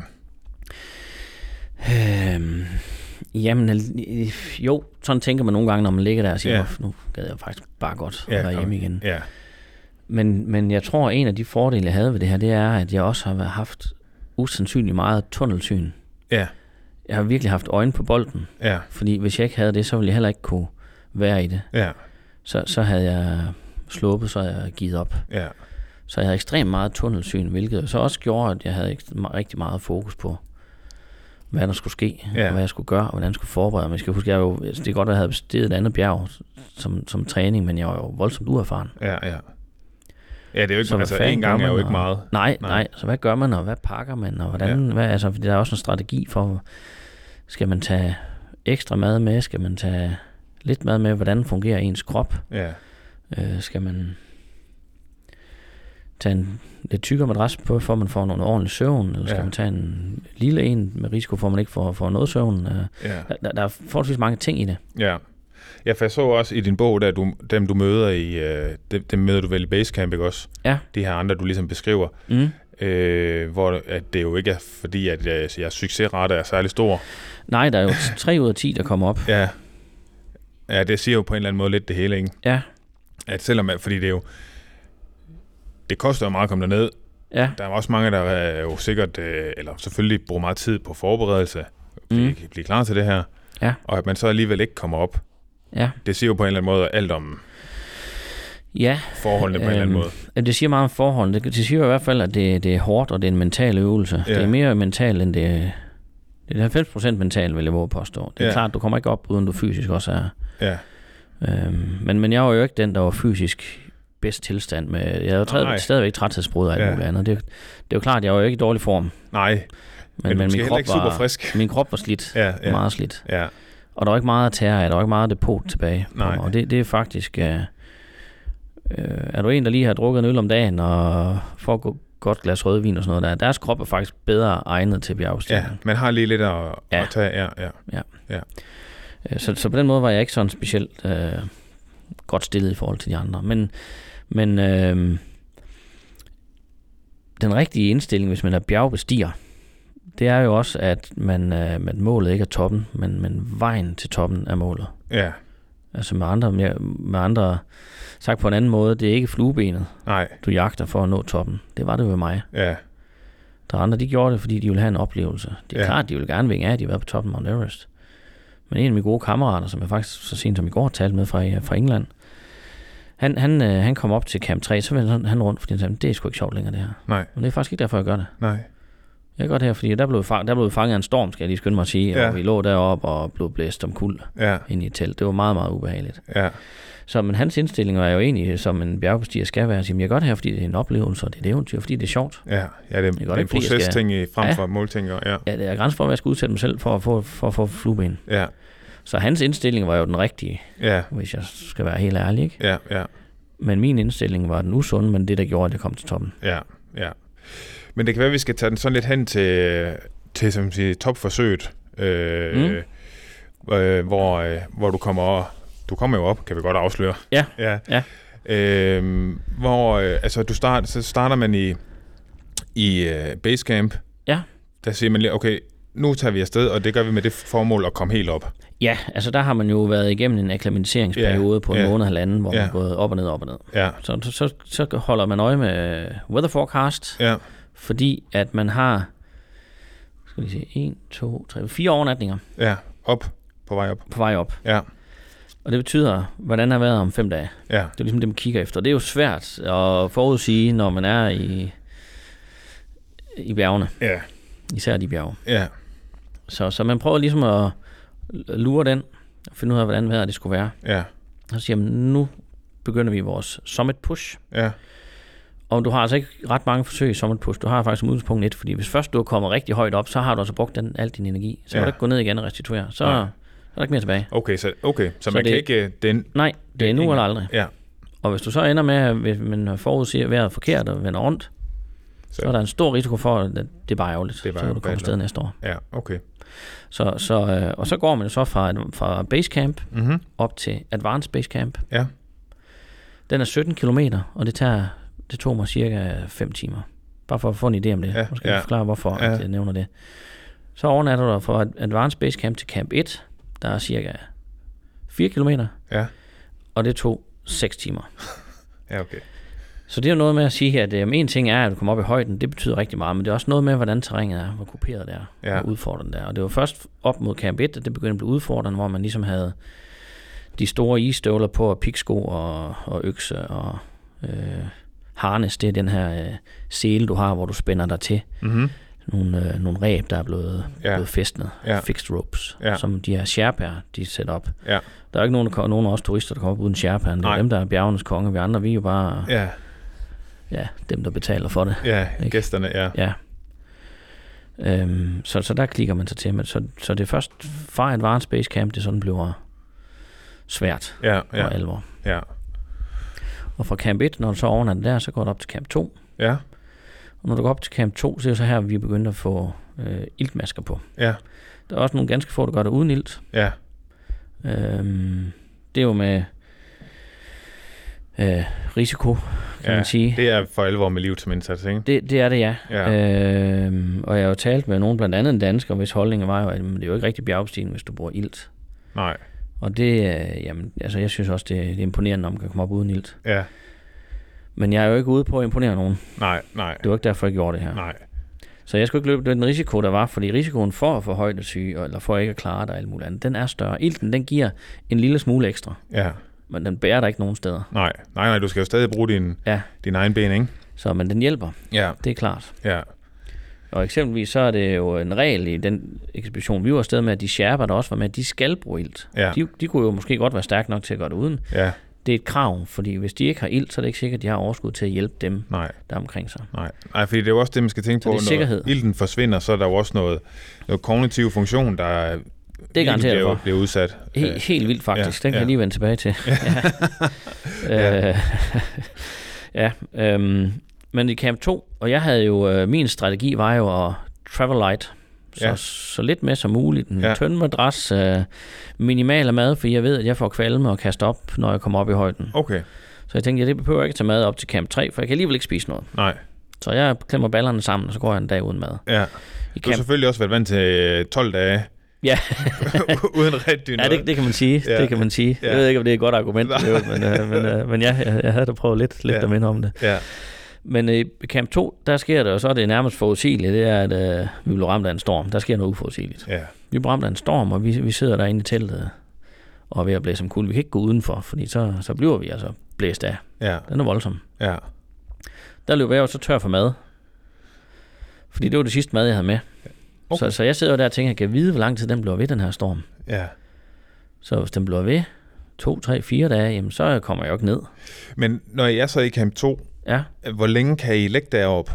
Øhm, jamen, jo, sådan tænker man nogle gange, når man ligger der og siger, ja. nu gad jeg faktisk bare godt at ja, være hjemme igen. Ja. Men, men jeg tror, en af de fordele, jeg havde ved det her, det er, at jeg også har haft usandsynligt meget tunnelsyn. Ja. Jeg har virkelig haft øjne på bolden. Ja. Fordi hvis jeg ikke havde det, så ville jeg heller ikke kunne være i det. Ja. Så, så havde jeg sluppet, så havde jeg givet op. Ja. Så jeg havde ekstremt meget tunnelsyn, hvilket så også gjorde, at jeg havde rigtig meget fokus på, hvad der skulle ske, ja. og hvad jeg skulle gøre, og hvordan jeg skulle forberede mig. Jeg skal huske, jeg jo, det er godt, at jeg havde besteget et andet bjerg som, som træning, men jeg var jo voldsomt uerfaren. Ja, ja. Ja, det er jo ikke, så altså en gang er jo ikke meget. Nej, nej, nej, så hvad gør man, og hvad pakker man, og hvordan, ja. hvad, altså, fordi der er også en strategi for, skal man tage ekstra mad med, skal man tage lidt mad med, hvordan fungerer ens krop, ja. øh, skal man tage en lidt tykkere madras på, for at man får noget ordentlig søvn, eller skal ja. man tage en lille en med risiko for, at man ikke får, får noget søvn. Ja. Der, der er forholdsvis mange ting i det. Ja. Ja, for jeg så også i din bog, der du, dem du møder i, øh, dem, dem møder du vel i Basecamp, ikke også? Ja. De her andre, du ligesom beskriver, mm. øh, hvor at det jo ikke er fordi, at øh, jeres succesrate er særlig stor. Nej, der er jo tre ud af ti, der kommer op. Ja. Ja, det siger jo på en eller anden måde lidt det hele, ikke? Ja. At selvom, fordi det er jo, det koster jo meget at komme derned. Ja. Der er også mange, der er jo sikkert, øh, eller selvfølgelig bruger meget tid på forberedelse, fordi mm. blive klar til det her. Ja. Og at man så alligevel ikke kommer op. Ja. Det siger jo på en eller anden måde alt om ja, forholdene på øh, en eller anden måde. Det siger meget om forholdene. Det siger i hvert fald, at det, det er hårdt, og det er en mental øvelse. Ja. Det er mere mental, end det, det er halvfems procent mental, vil jeg våge påstå. Det er ja. klart, du kommer ikke op, uden du fysisk også er. Ja. Øhm, men, men jeg var jo ikke den, der var fysisk bedst tilstand med. Jeg havde jo stadigvæk træthedsbrud og alt ja. muligt andet. Det, det er jo klart, jeg var jo ikke i dårlig form. Nej, men, men, men min krop ikke super var, frisk. Min krop var slidt. Ja, ja. Meget slidt. Ja. Og der var ikke meget at tære af, der var ikke meget depot tilbage. Nej. Og det, det er faktisk... Øh, øh, er du en, der lige har drukket en øl om dagen, og får et godt glas rødvin og sådan noget der, deres krop er faktisk bedre egnet til bjergstigning. Ja, man har lige lidt at, ja. at tage. Ja, ja. ja. ja. Så, så på den måde var jeg ikke sådan specielt øh, godt stillet i forhold til de andre. Men, men øh, den rigtige indstilling, hvis man er bjergbestiger, det er jo også, at man, øh, at målet ikke er toppen, men, men vejen til toppen er målet. Ja. Altså med andre, med, med andre sagt på en anden måde, det er ikke fluebenet, Nej. du jagter for at nå toppen. Det var det ved mig. Ja. Der andre, de gjorde det, fordi de ville have en oplevelse. Det er ja. klart, de ville gerne vinge af, at de har været på toppen af Mount Everest. Men en af mine gode kammerater, som jeg faktisk så sent som i går talte med fra, fra England, han, han, øh, han kom op til Camp tre, så vendte han, han rundt, fordi han sagde, det er sgu ikke sjovt længere det her. Nej. Men det er faktisk ikke derfor, jeg gør det. Nej. Jeg gør det her, fordi der blev, der blev fanget af en storm, skal jeg lige skynde mig at sige, ja. og vi lå deroppe og blev blæst om kuld ja. ind i et telt. Det var meget, meget ubehageligt. Ja. Så men hans indstilling var jo egentlig, som en bjergbestiger skal være, at sige, jeg gør det her, fordi det er en oplevelse, og det er et eventyr, fordi det er sjovt. Ja, ja det, det er en procesting i frem for ja. målting. Ja. ja, det er grænsen for, at jeg skal udsætte mig selv for at få, for, for flueben. Ja. Så hans indstilling var jo den rigtige, ja. hvis jeg skal være helt ærlig, ikke? Ja, ja. Men min indstilling var den usunde, men det, der gjorde, at jeg kom til toppen. Ja, ja. Men det kan være, at vi skal tage den sådan lidt hen til, til som siger, topforsøget, øh, mm. øh, hvor, øh, hvor du kommer du kommer jo op, kan vi godt afsløre. Ja, ja. ja. Øh, hvor, øh, altså, du start, så starter man i, i uh, Basecamp. Ja. Der siger man lige, okay, nu tager vi afsted, og det gør vi med det formål at komme helt op. Ja, altså der har man jo været igennem en akklimatiseringsperiode yeah, på en yeah, måned og halvanden, hvor yeah. man er gået op og ned, op og ned. Yeah. Så, så, så holder man øje med weather forecast, yeah. fordi at man har, skal vi se, en, to, tre, fire overnatninger. Ja, yeah. op, på vej op. På vej op. Ja. Yeah. Og det betyder, hvordan er vejret om fem dage. Ja. Yeah. Det er ligesom det, man kigger efter. Det er jo svært at forudsige, når man er i, i bjergene. Ja. Yeah. Især de bjerge. Ja. Yeah. Så, så man prøver ligesom at lure den, og finde ud af, hvordan vejret det skulle være. Ja. Og så siger man, nu begynder vi vores summit push. Ja. Og du har altså ikke ret mange forsøg i sommerpush. Du har faktisk som udgangspunkt et, fordi hvis først du er kommet rigtig højt op, så har du altså brugt den, al din energi. Så ja. kan du ikke gå ned igen og restituere. Så, så er der ikke mere tilbage. Okay, så, okay, så, så man det, kan ikke... Den, nej, det er nu eller aldrig. Ja. Og hvis du så ender med, at man forudsiger vejret forkert og vender rundt, så. så er der en stor risiko for, at det er bare ærgerligt. Så kan du komme afsted næste år. Ja, okay. Så, så, og så går man så fra, fra Basecamp mm-hmm. op til Advanced Basecamp. Ja. Den er sytten kilometer, og det tager det tog mig cirka fem timer. Bare for at få en idé om det. Ja, måske ja. forklare, hvorfor ja. jeg nævner det. Så overnatter du fra Advanced Basecamp til Camp et, der er cirka fire kilometer. Ja. Og det tog seks timer. Ja, okay. Så det er jo noget med at sige, at um, en ting er, at du kommer op i højden, det betyder rigtig meget, men det er også noget med, hvordan terrænet er, hvor kuperet det er, ja. hvor udfordrende det er. Og det var først op mod Camp et, at det begyndte at blive udfordrende, hvor man ligesom havde de store isstøvler på, og piksko og, og økse og øh, harness. Det er den her øh, sele, du har, hvor du spænder dig til. Mm-hmm. Nogle, øh, nogle ræb, der er blevet, ja. blevet fæstnet. Ja. Fixed ropes, ja. som de her sherpaer, de sætter op. Ja. Der er ikke nogen, der, nogen af os turister, der kommer op uden sherpaer. Det er Nej. dem, der er bjergenes konge. Vi andre, vi er jo bare... Ja. Ja, dem, der betaler for det. Ja, ikke? Gæsterne, ja. Ja. Øhm, så, så der klikker man sig til. Men så, så det er først fra Advanced Basecamp, det sådan bliver svært ja, ja. og alvor. Ja. Og fra Camp et, når du så overnatter der, så går du op til Camp to. Ja. Og når du går op til Camp to, så er det så her, vi er begyndt at få øh, iltmasker på. Ja. Der er også nogle ganske få, der gør det uden ilt. Ja. Øhm, det er jo med øh, risiko, kan ja, man sige. Det er for alvor med liv som indsats, ikke? Det, det er det, ja. ja. Øhm, og jeg har jo talt med nogen, blandt andet en dansker, hvis holdninger var jo, at det er jo ikke rigtig bjergbestigning, hvis du bruger ilt. Nej. Og det, øh, jamen, altså jeg synes også, det, det er imponerende, når man kan komme op uden ilt. Ja. Men jeg er jo ikke ude på at imponere nogen. Nej, nej. Det var ikke derfor, jeg gjorde det her. Nej. Så jeg skulle ikke løbe den risiko, der var, fordi risikoen for at få højdesyge, eller for ikke at klare dig og alt muligt andet, den er større. Ilten, den giver en lille smule ekstra. Ja. Men den bærer der ikke nogen steder. Nej, nej, nej, du skal jo stadig bruge din, ja. din egen ben, ikke? Så, men den hjælper. Ja. Det er klart. Ja. Og eksempelvis så er det jo en regel i den ekspedition, vi var afsted med, at de sherper, der også var med, at de skal bruge ilt. Ja. De, de kunne jo måske godt være stærke nok til at gøre det uden. Ja. Det er et krav, fordi hvis de ikke har ilt, så er det ikke sikkert, at de har overskud til at hjælpe dem, Nej. der omkring sig. Nej. Nej, fordi det er jo også det, man skal tænke så på, når sikkerhed. ilten forsvinder, så er der jo også noget, noget kognitiv funktion, der det er garanteret bliver, bliver udsat. Helt, helt vildt faktisk. Ja, den kan ja. jeg lige vende tilbage til. ja. ja. ja øhm, men i Camp to, og jeg havde jo, øh, min strategi var jo at travel light. Så, ja. så lidt med som muligt. En ja. tynd madras, øh, minimal mad, for jeg ved, at jeg får kvalme og kaste op, når jeg kommer op i højden. Okay. Så jeg tænkte, at det behøver ikke at tage mad op til Camp tre, for jeg kan alligevel ikke spise noget. Nej. Så jeg klemmer ballerne sammen, og så går jeg en dag uden mad. Ja. I du har selvfølgelig også været vant til tolv dage. Ja. uden rigtig noget. Ja, det, det kan man sige. Ja. Det kan man sige. Ja. Jeg ved ikke, om det er et godt argument, men, øh, men, øh, men ja, jeg, jeg havde da prøvet lidt, lidt ja. at minde om det. Ja. Men i Camp to, der sker det, og så er det nærmest forudsigeligt, det er, at øh, vi bliver ramt af en storm. Der sker noget uforudsigeligt. Ja. Vi bliver ramt af en storm, og vi, vi sidder derinde i teltet og er ved at blæse som kul. Vi kan ikke gå udenfor, fordi så, så bliver vi altså blæst af. Ja. Den er voldsom. Ja. Der løber jeg jo så tør for mad. Fordi det var det sidste mad, jeg havde med. Okay. Så, så jeg sidder der og tænker, jeg kan vide, hvor lang tid den bliver ved, den her storm. Ja. Så hvis den bliver ved to, tre, fire dage, jamen så kommer jeg jo ikke ned. Men når jeg så i Camp to, ja. hvor længe kan I lægge derop?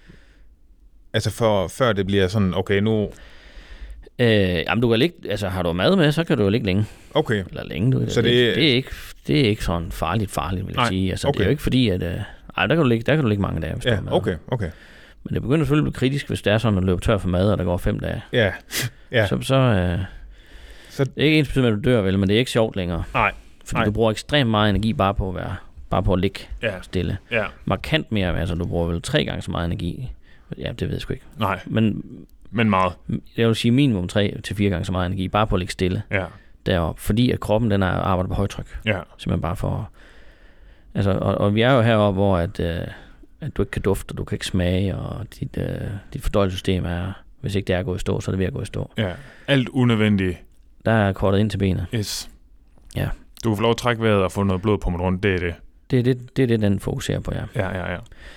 Altså for, før det bliver sådan, okay, nu... Øh, jamen du kan ligge, altså har du mad med, så kan du jo ligge længe. Okay. Eller længe, du, så det, det, det, er ikke, det er ikke sådan farligt, farligt, vil jeg nej, sige. Altså okay. det er jo ikke fordi, at... Øh, ej, der kan du ligge, der kan du ligge mange dage, hvis ja, du har mad. okay, okay. Men det begynder selvfølgelig at blive kritisk, hvis det er sådan, at løbe tør for mad, og der går fem dage. Ja, ja. Så, så, øh, så... det er ikke ens betydning, at du dør, vel, men det er ikke sjovt længere. Nej. Fordi nej. du bruger ekstremt meget energi bare på at være, bare på at ligge ja. stille. Ja. Markant mere, altså du bruger vel tre gange så meget energi. Ja, det ved jeg sgu ikke. Nej, men, men meget. Jeg vil sige minimum tre til fire gange så meget energi, bare på at ligge stille ja. deroppe. Fordi at kroppen, den er arbejder på højtryk. Ja. Simpelthen bare for... Altså, og, og vi er jo heroppe, hvor at... Øh, at du ikke kan dufte, og du kan ikke smage, og dit, øh, dit fordøjelsessystem er, hvis ikke det er gået i stå, så er det ved at gå i stå. Ja, alt unødvendigt. Der er kortet ind til benet. Yes. Ja. Du kan få lov at trække vejret og få noget blod på mig rundt, det er det. Det er det, det, er det den fokuserer på, ja. Ja, ja, ja.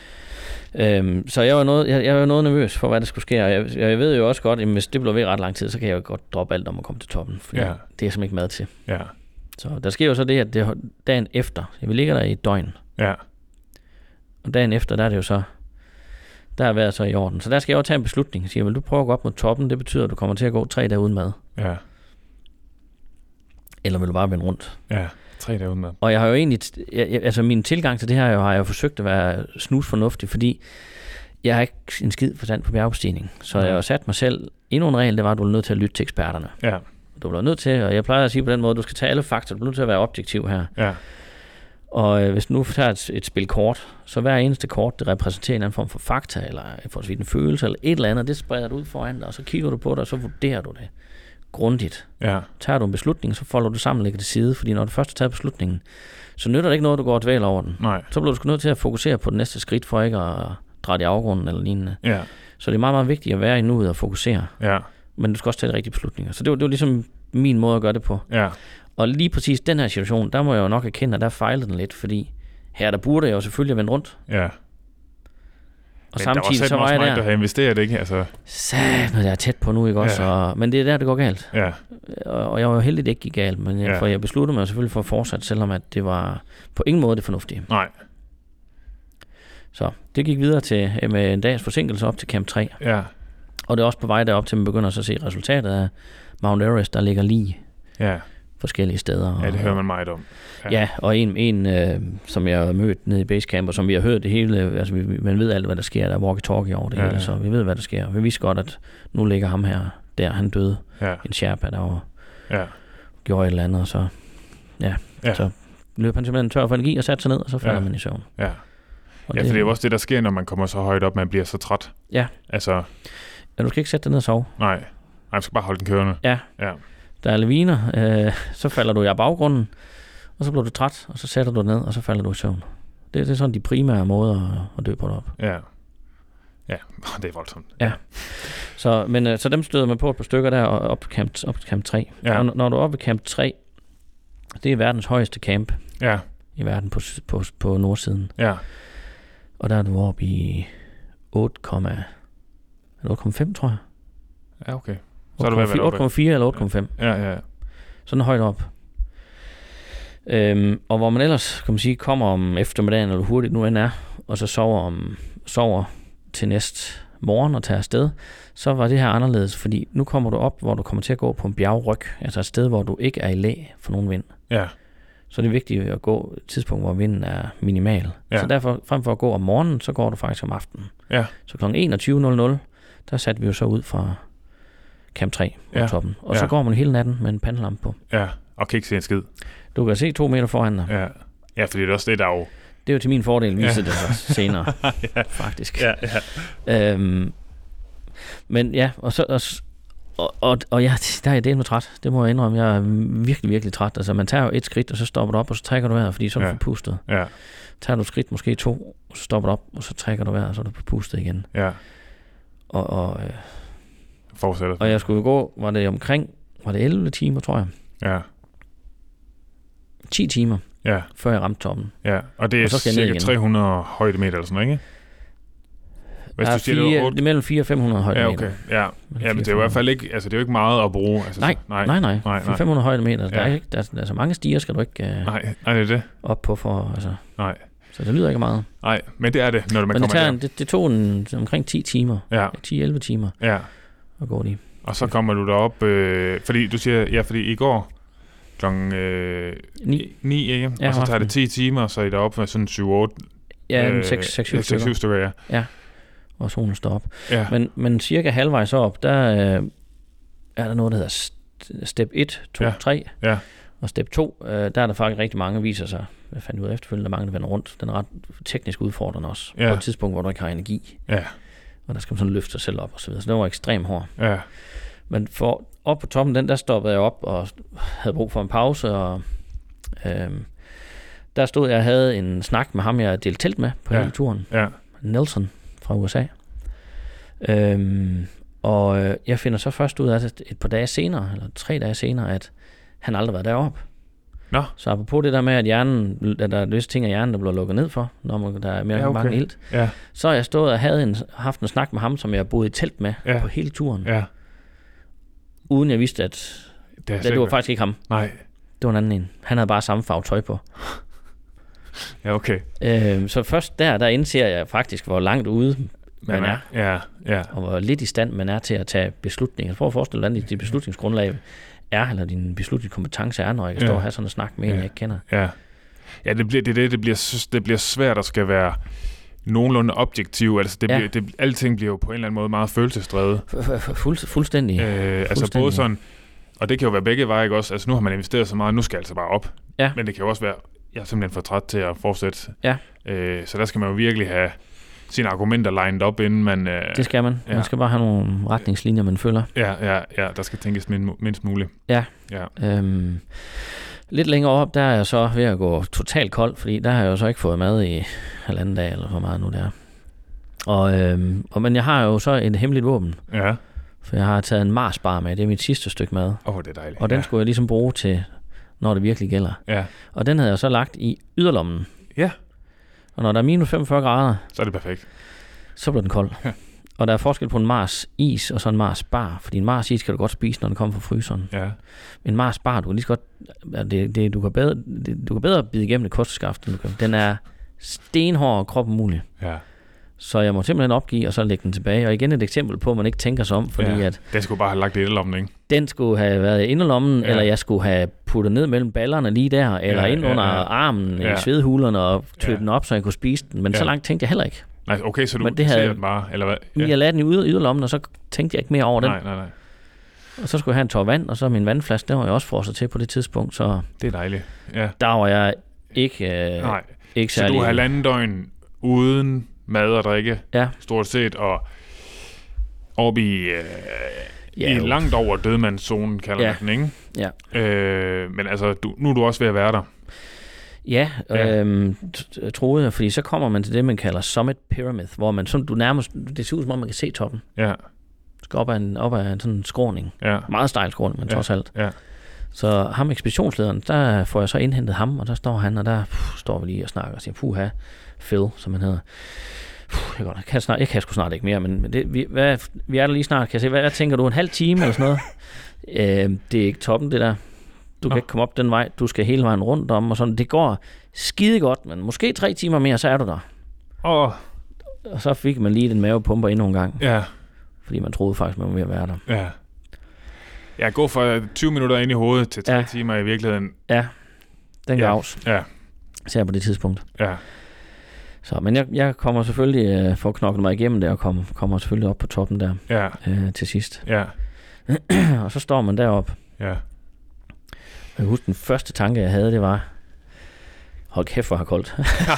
Øhm, så jeg var, noget, jeg, jeg var noget nervøs for, hvad der skulle ske, og jeg, jeg ved jo også godt, at hvis det bliver ved ret lang tid, så kan jeg jo godt droppe alt om at komme til toppen, for ja. det er simpelthen ikke mad til. Ja. Så der sker jo så det, at det dagen efter, vi ligger der i et døgn, ja. Og dagen efter, der er det jo så, der er været så i orden. Så der skal jeg jo tage en beslutning. Jeg siger, vil du prøve at gå op mod toppen? Det betyder, at du kommer til at gå tre dage uden mad. Ja. Eller vil du bare vende rundt? Ja, tre dage uden mad. Og jeg har jo egentlig, jeg, altså min tilgang til det her, jeg har jeg jo forsøgt at være snusfornuftig, fordi jeg har ikke en skid forstand på bjergbestigning. Så jeg har sat mig selv endnu en regel, det var, at du er nødt til at lytte til eksperterne. Ja. Du bliver nødt til, og jeg plejer at sige på den måde, at du skal tage alle fakta, du bliver nødt til at være objektiv her. Ja. Og øh, hvis du nu tager et, et spil kort, så hver eneste kort, det repræsenterer en anden form for fakta, eller for så vidt en følelse, eller et eller andet, det spreder du ud foran dig, og så kigger du på det, og så vurderer du det grundigt. Ja. Tager du en beslutning, så folder du sammen og lægger det til side, fordi når du først har taget beslutningen, så nytter det ikke noget, du går og dvæler over den. Nej. Så bliver du sgu nødt til at fokusere på det næste skridt, for ikke at dreje i afgrunden eller lignende. Ja. Så det er meget, meget vigtigt at være i nuet og fokusere. Ja. Men du skal også tage de rigtige beslutninger. Så det var, det var ligesom min måde at gøre det på. Ja. Og lige præcis den her situation, der må jeg jo nok erkende, at der fejlede den lidt, fordi her der burde jeg jo selvfølgelig vende rundt. Ja. Og men samtidig der så var jeg der. Der har investeret, ikke? Altså. Sat, når jeg er tæt på nu, ikke også? Ja. Og, men det er der, det går galt. Ja. Og, og jeg var jo heldig, det ikke gik galt, men jeg, Ja. for jeg besluttede mig selvfølgelig for at fortsætte, selvom at det var på ingen måde det fornuftige. Nej. Så det gik videre til med en dags forsinkelse op til Camp tre. Ja. Og det er også på vej derop til, man begynder så at se resultatet af Mount Everest, der ligger lige Ja. forskellige steder. Ja, det hører man meget om. Ja, ja og en, en øh, som jeg har mødt nede i Basecamp, og som vi har hørt det hele, altså vi, man ved alt, hvad der sker, der er walkie-talkie over det Ja, hele, ja. så vi ved, hvad der sker. Vi vidste godt, at nu ligger ham her, der han døde, Ja. en Sherpa, der var, Ja. gjorde et eller andet, og så, ja, Ja. så løb han simpelthen tør for energi og satte sig ned, og så falder Ja. man i søvn. Ja. Og Ja, for det er jo også det, der sker, når man kommer så højt op, man bliver så træt. Ja. Altså, Ja, du skal ikke sætte dig ned og sove. nej. Nej, man skal bare holde den kørende. Ja. Ja. Der er laviner, øh, så falder du i baggrunden, og så bliver du træt, og så sætter du dig ned, og så falder du i søvn. Det, det er sådan de primære måder at, at dø på derop. Ja. Ja, det er voldsomt. Ja. Så, men, øh, så dem støder man på et par stykker der, og op på camp, op på camp tre. Ja. Og når, når du er oppe ved camp tre, det er verdens højeste camp Ja. i verden på, på, på nordsiden. Ja. Og der er du oppe i otte komma fem, tror jeg. Ja, okay. Så er du ved at være otte komma fire eller otte komma fem. Ja, ja. Sådan højt op. Øhm, og hvor man ellers, kan man sige, kommer om eftermiddagen, eller hurtigt nu end er, og så sover, om, sover til næste morgen og tager afsted, så var det her anderledes, fordi nu kommer du op, hvor du kommer til at gå på en bjergryg, altså et sted, hvor du ikke er i læ for nogen vind. Ja. Så det er vigtigt at gå et tidspunkt, hvor vinden er minimal. Ja. Så derfor, frem for at gå om morgenen, så går du faktisk om aftenen. Ja. Så klokken enogtyve nul nul, der satte vi jo så ud fra Camp tre på Ja. toppen. Og Ja. så går man hele natten med en pandelampe på. Ja. Og kan ikke se en skid. Du kan se to meter foran dig. Ja. Ja, fordi det er også det, der er jo... Det er jo til min fordel, viser Ja. det sig senere, ja. faktisk. Ja, ja. Øhm, men ja, og så... Og, og, og, og ja, der er jeg delt med træt. Det må jeg indrømme. Jeg er virkelig, virkelig træt. Altså, man tager jo et skridt, og så stopper du op, og så trækker du vejret, fordi så er du Ja. forpustet. Ja. Tager du et skridt, måske to, og så stopper du op, og så trækker du vejret, og så er du forpustet igen. Ja. Og, og, øh, Fortsætter. og jeg skulle gå, var det omkring, var det elleve timer, tror jeg. Ja. ti timer, Ja. før jeg ramte toppen. Ja. Og det er Og så skal jeg ned cirka igen. tre hundrede højdemeter eller sådan noget, ikke? Hvis Der er du siger, det fire, var det otte... er mellem fire og fem hundrede højdemeter. Ja, okay. Ja. Ja, men det er jo i hvert fald ikke... Altså, det er jo ikke meget at bruge. Altså, Nej, så- nej. nej, nej. Nej, nej. fem hundrede højdemeter. Der Ja. er ikke, der, er, der er så mange stiger, skal du ikke uh, Nej, nej, det er det. op på for, altså. Nej. Så det lyder ikke meget. Nej, men det er det, når man Men kommer det, tager, der. en- det, det tog en, omkring ti timer. Ja, ti elleve timer ja. at gå de. Og så kommer du derop, øh, fordi du siger, ja, fordi i går klokken øh, Ni. ni, ikke? Ja, Og så om tager det aftenen. ti timer, så er I deroppe med sådan syv otte. Ja, øh, seks syv ja, seks, syv stykker. stykker, ja. Og solen står op. Ja, Men, men cirka halvvejs op, der øh, er der noget, der hedder st- step et, to, Ja. tre. Ja. Og step to, øh, der er der faktisk rigtig mange, viser sig. Jeg fandt ud af efterfølgende, der er mange, der vender rundt. Den er ret teknisk udfordrende også. Ja. På et tidspunkt, hvor du ikke har energi. ja, Og der skal man sådan løfte sig selv op og så videre. Så det var ekstremt hård. ja, Men for op på toppen, den der stoppede jeg op og havde brug for en pause. Og øhm, der stod jeg og havde en snak med ham, jeg delte telt med på Ja. hele turen. ja, Nelson fra U S A. Øhm, og øh, jeg finder så først ud af, at et par dage senere, eller tre dage senere, at han aldrig var deroppe. Nå. Så apropos det der med, at hjernen, at der er visse ting af hjernen, der bliver lukket ned for, når man, der er mere Ja, ja, okay. okay. mange ilt. ja, Så har jeg stået og havde en, haft en snak med ham, som jeg boede i telt med Ja. på hele turen, ja. uden jeg vidste, at Det, er det, det var faktisk ikke ham. Nej, Det var en anden en. Han havde bare samme farve tøj på. Ja, okay. Øh, så først der, der indser jeg faktisk, hvor langt ude man er. Ja, ja. Og hvor lidt i stand man er til at tage beslutninger. Prøv at forestille dig, hvordan dit beslutningsgrundlag er, eller din beslutningskompetence er, når jeg kan stå ja. og have sådan en snak med en, ja. jeg ikke kender. Ja, ja det, bliver, det, det, det, bliver, det bliver svært at skal være nogenlunde objektiv. Altså, det ja. bliver, det, alting bliver jo på en eller anden måde meget følelsesdrevet. Fuld, fuldstændig. Øh, altså fuldstændig. Både sådan, og det kan jo være begge veje, ikke også? Altså nu har man investeret så meget, nu skal jeg altså bare op. Ja. Men det kan jo også være, jeg er simpelthen for træt til at fortsætte. Ja. Øh, så der skal man jo virkelig have sine argumenter lined op, inden man... Øh, det skal man. Ja. Man skal bare have nogle retningslinjer, man følger. Ja, ja, ja. Der skal tænkes mindst muligt. Ja. ja. Øhm, lidt længere op, der er jeg så ved at gå totalt kold, fordi der har jeg jo så ikke fået mad i halvanden dag, eller hvor meget nu det er. Og, øhm, og, men jeg har jo så et hemmeligt våben. Ja. For jeg har taget en Mars-bar med. Det er mit sidste stykke mad. Åh, oh, det er dejligt. Og den ja. skulle jeg ligesom bruge til, når det virkelig gælder. Ja. Og den havde jeg så lagt i yderlommen. Ja. Og når der er minus femogfyrre grader, så er det perfekt. Så bliver den kold. Ja. Og der er forskel på en Mars is og så en Mars bar. Fordi en Mars is kan du godt spise, når den kommer fra fryseren. Ja. En Mars bar, du kan lige så godt... Det, det, du, kan bedre, det, du kan bedre bide igennem det kosteskaft. Den er stenhård og krop umulig. Ja. Så jeg må simpelthen opgive, og så lægge den tilbage. Og igen et eksempel på, at man ikke tænker sig om, fordi ja. at... Den skulle bare have lagt det i inderlommen, ikke? Den skulle have været i inderlommen, ja. eller jeg skulle have puttet ned mellem ballerne lige der, eller ja, ind under ja, ja. armen ja. i svedhulerne og tøtte ja. den op, så jeg kunne spise den. Men ja. så langt tænkte jeg heller ikke. Nej, okay, så du det havde, den bare, eller hvad? Ja. Jeg lagde den i yder, yderlommen, og så tænkte jeg ikke mere over den. Nej, nej, nej. Og så skulle jeg have en tår vand, og så min vandflaske, den var jeg også frosset til på det tidspunkt, så... Det er dejligt, ja. Der var jeg ikke, øh, nej. ikke særlig... Så du har halvanden døgn uden mad og drikke, ja. stort set, og oppe i, øh, ja, i langt over dødmandszonen, kalder ja. man den, ikke? Ja. Øh, men altså, du, nu er du også ved at være der. Ja, ja. Øhm, troede jeg, fordi så kommer man til det, man kalder Summit Pyramid, hvor man sådan, du nærmest, det ser ud som om, man kan se toppen. Ja. Skal op ad en, op ad en sådan en skråning. Ja. Meget stejl skråning, men ja. trods alt. Ja. Så ham, ekspeditionslederen, der får jeg så indhentet ham, og der står han, og der puh, står vi lige og snakker og siger, puha, Phil, som han hedder. Puh, jeg, godt, jeg, kan snart, jeg kan sgu snart ikke mere, men det, vi, hvad, vi er der lige snart. Kan jeg se, hvad, hvad tænker du, en halv time eller sådan noget? øh, det er ikke toppen, det der. Du Nå. kan ikke komme op den vej, du skal hele vejen rundt om, og sådan. Det går skide godt, men måske tre timer mere, så er du der. Oh. Og så fik man lige den mavepumper endnu en gang. Ja. Fordi man troede faktisk, man var ved at være der. Ja. Jeg går fra tyve minutter ind i hovedet til tre ja. timer i virkeligheden. Ja, den ja. gavs. Ja. Ser på det tidspunkt. Ja. Så, men jeg, jeg kommer selvfølgelig øh, for at knokle mig igennem det, og kommer, kommer selvfølgelig op på toppen der ja. øh, til sidst. Ja. Og så står man deroppe. Ja. Jeg husker, den første tanke, jeg havde, det var, hold kæft, hvor har koldt.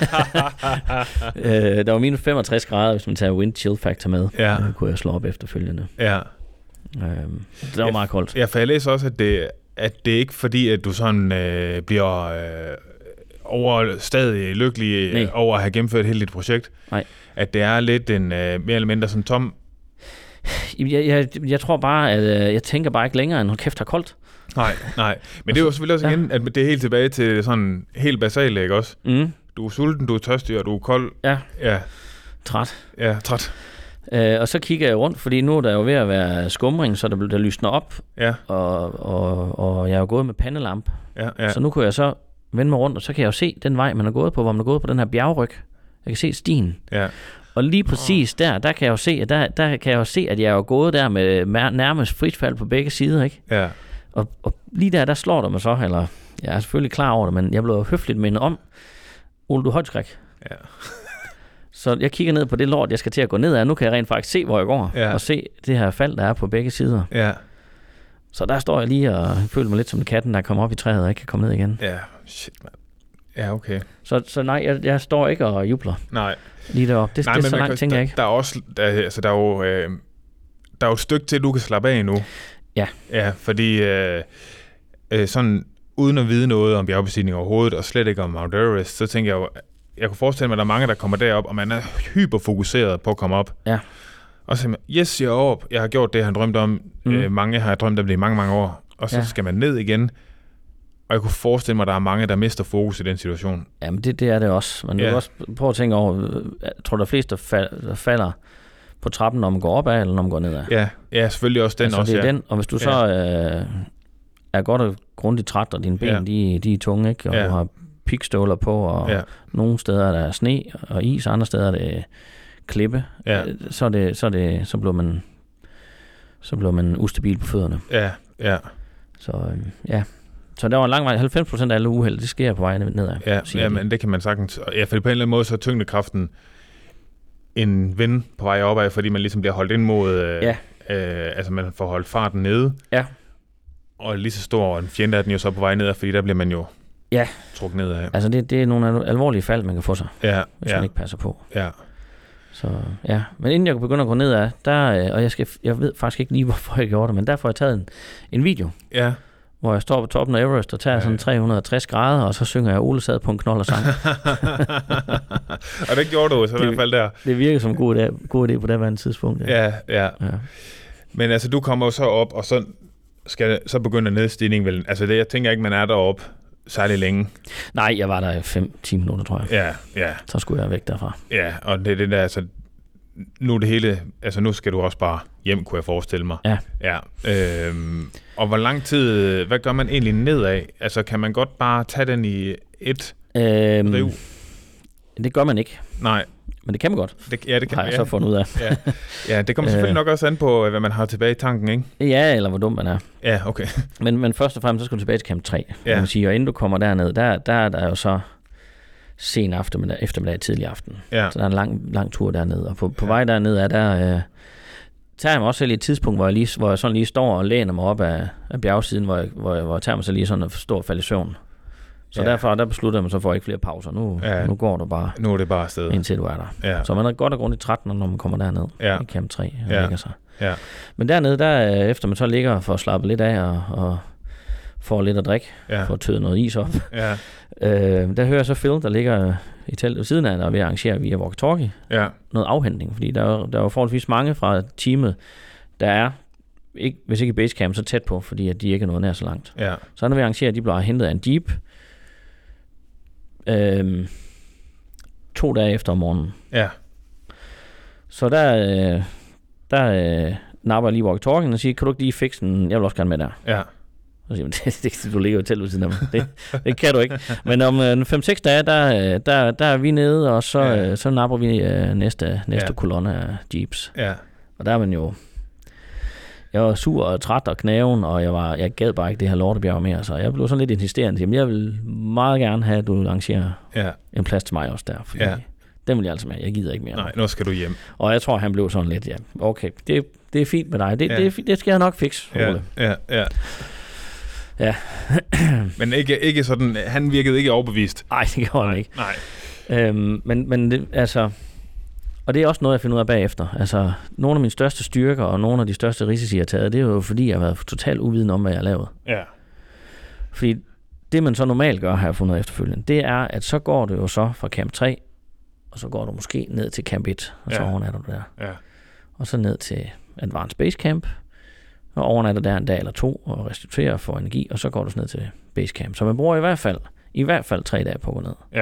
øh, der var minus femogtres grader, hvis man tager wind chill factor med. Ja. Det kunne jeg slå op efterfølgende. Ja. Øhm, det var ja, meget koldt. Ja, for jeg læser også, at det, at det ikke fordi, at du sådan øh, bliver øh, over, stadig lykkelig Nej. over at have gennemført hele dit projekt. Nej. At det er lidt en øh, mere eller mindre sådan tom... Jeg, jeg, jeg tror bare, at øh, jeg tænker bare ikke længere, end hold kæft, har koldt. Nej, nej. Men det er jo selvfølgelig også igen, ja. at det er helt tilbage til sådan helt basalt, ikke også? Mm. Du er sulten, du er tørstig, og du er kold. Ja. Ja. Træt. Ja, træt. Øh, og så kigger jeg rundt, fordi nu er der jo ved at være skumring, så der, der lysner op. Ja. Og, og, og jeg er jo gået med pandelamp. Ja, ja. Så nu kan jeg så vende mig rundt, og så kan jeg jo se den vej, man er gået på, hvor man er gået på den her bjergryg. Jeg kan se stien. Ja. Og lige præcis oh. der, der kan jeg jo se, at der, der kan jeg jo se, at jeg er jo gået der med nærmest frit fald på begge sider, ikke? Ja. Og, og lige der, der slår der mig så, eller jeg er selvfølgelig klar over det, men jeg blev høfligt mindet om, Ole, du er højdeskræk. Ja. Så jeg kigger ned på det lort, jeg skal til at gå ned af. Nu kan jeg rent faktisk se, hvor jeg går, ja. og se det her fald, der er på begge sider. Ja. Så der står jeg lige og føler mig lidt som katten, der kommer op i træet og ikke kan komme ned igen. Ja, shit, man. Ja, okay. Så, så nej, jeg, jeg står ikke og jubler. Nej. Lige deroppe. Det, nej, det er så langt, kan, tænker der, jeg ikke. Der er også, der, altså, der er jo, øh, der er jo et stykke til, du kan slappe af nu. Ja. Ja, fordi øh, øh, sådan, uden at vide noget om bjergbestigning overhovedet, og slet ikke om Mount Everest, så tænker jeg jo, jeg kunne forestille mig, at der er mange, der kommer derop, og man er hyperfokuseret på at komme op. Ja. Og så siger man, yes, jeg er op, jeg har gjort det, han drømte om. Mm. Øh, mange har drømt om det i mange, mange år. Og så ja. skal man ned igen. Og jeg kunne forestille mig, at der er mange, der mister fokus i den situation. Jamen, det, det er det også. Men ja. du kan også prøve at tænke over, jeg tror, der er flest, der, fal- der falder på trappen, når man går opad, eller når man går nedad. Ja, ja selvfølgelig også den. Altså, også, det er ja. den. Og hvis du så øh, er godt og grundigt træt, og dine ben, ja. de, de er tunge, ikke? Og ja. du har pikståler på, og ja. nogle steder er der sne og is, og andre steder er det klippe. Ja. Så, er det, så, er det, så bliver man så bliver man ustabil på fødderne. Ja, ja. Så øh, ja. Så der var en lang vej. halvfems procent af alle uheld, det sker på vej nedad. Ja, ja, men det kan man sagtens. Ja, for på en eller anden måde, så er tyngdekraften en ven på vej opad, fordi man ligesom bliver holdt ind mod, øh, ja. øh, altså man får holdt farten nede. Ja. Og lige så stor en fjende er den jo så på vej nedad, fordi der bliver man jo ja. trukket nedad. Altså det, det er nogle alvorlige fald, man kan få sig, ja. hvis ja. man ikke passer på. Ja. Så ja, men inden jeg begynder at gå nedad, der, og jeg, skal, jeg ved faktisk ikke lige, hvorfor jeg gjorde det, men der får jeg taget en, en video. Ja. Hvor jeg står på toppen af Everest og tager ja. sådan tre hundrede og tres grader, og så synger jeg Ole sad på en knold og sang. Og det gjorde du så i hvert fald der. Det virker som en god idé, god idé på det værende tidspunkt. Ja. Ja, ja, ja. Men altså, du kommer jo så op, og så skal så begynde nedstigningen vel. Altså, det, jeg tænker ikke, man er deroppe særlig længe. Nej, jeg var der i fem ti minutter, tror jeg. Ja, ja. Så skulle jeg væk derfra. Ja, og det er det der, altså, nu er det hele, altså nu skal du også bare hjem, kunne jeg forestille mig. Ja. Ja. Øhm, og hvor lang tid, hvad gør man egentlig nedad? Altså, kan man godt bare tage den i et øhm, riv? Det gør man ikke. Nej. Men det kan man godt. Det, ja, det kan har jeg ja. så fundet ud af. ja. ja, det kommer selvfølgelig nok også an på, hvad man har tilbage i tanken, ikke? Ja, eller hvor dum man er. Ja, okay. men, men først og fremmest, så skal du tilbage til camp tre. Ja. Man sige, og inden du kommer derned, der, der er der jo så sen eftermiddag, eftermiddag tidlig aften. Ja. Så der er en lang, lang tur dernede. Og på, på ja. vej derned er der... Øh, tager jeg mig også selv i et tidspunkt, hvor jeg, lige, hvor jeg sådan lige står og læner mig op af, af bjergsiden, hvor jeg, hvor, jeg, hvor jeg tager mig så lige sådan og står og falder i søvn. Så ja. derfor der beslutter man så for ikke flere pauser. Nu, ja. nu går du bare, nu er det bare afsted, indtil du er der. Ja. Så man er godt og grundigt træt, når man kommer derned ja. i camp tre og ja. ligger sig. Ja. Men dernede, der, efter man så ligger for at slappe lidt af og, og får lidt at drikke, ja. for at tøde noget is op, ja. øh, der hører jeg så Phil, der ligger i teltet ved siden af, der er ved at arrangere via walkie-talkie ja. noget afhentning, fordi der er, der er jo forholdsvis mange fra teamet, der er, ikke, hvis ikke i basecamp, så tæt på, fordi at de ikke er noget nær så langt. Ja. Så er der ved at arrangere, at de bliver hentet af en jeep øhm, to dage efter om morgenen. Ja. Så der, øh, der øh, napper jeg lige walkie-talkien og siger, kan du ikke lige fikse den? Jeg vil også gerne med der. Ja. Så siger man, det, det, du ligger jo til ved siden af mig. Det, det kan du ikke. Men om øh, fem seks dage, der, der, der er vi nede, og så, ja. øh, så napper vi øh, næste, næste ja. kolonne af jeeps. Ja. Og der er man jo... Jeg var sur og træt og knæven, og jeg, var, jeg gad bare ikke det her lortebjerg mere, så jeg blev sådan lidt insisterende. Jamen, jeg vil meget gerne have, at du arrangerer ja. en plads til mig også der, fordi ja. den vil jeg altså med. Jeg gider ikke mere. Nej, nu skal du hjem. Og jeg tror, han blev sådan lidt, ja, okay, det, det er fint med dig. Det, ja. det, det skal jeg nok fikse, ja. Ole. Ja, ja. Ja. Men ikke, ikke sådan, han virkede ikke overbevist. Nej, det gjorde nej, han ikke. Nej. Øhm, men, men det, altså... Og det er også noget, jeg finder ud af bagefter. Altså, nogle af mine største styrker og nogle af de største risici, jeg har taget, det er jo fordi, jeg har været totalt uviden om, hvad jeg har lavet. Ja. Fordi det, man så normalt gør, har jeg fundet efterfølgende, det er, at så går du jo så fra camp tre, og så går du måske ned til camp et, og så ja. overnatter du der. Ja. Og så ned til Advanced Base Camp, og overnatter der en dag eller to, og restituerer for energi, og så går du ned til Base Camp. Så man bruger i hvert fald, i hvert fald tre dage på at gå ned. Ja.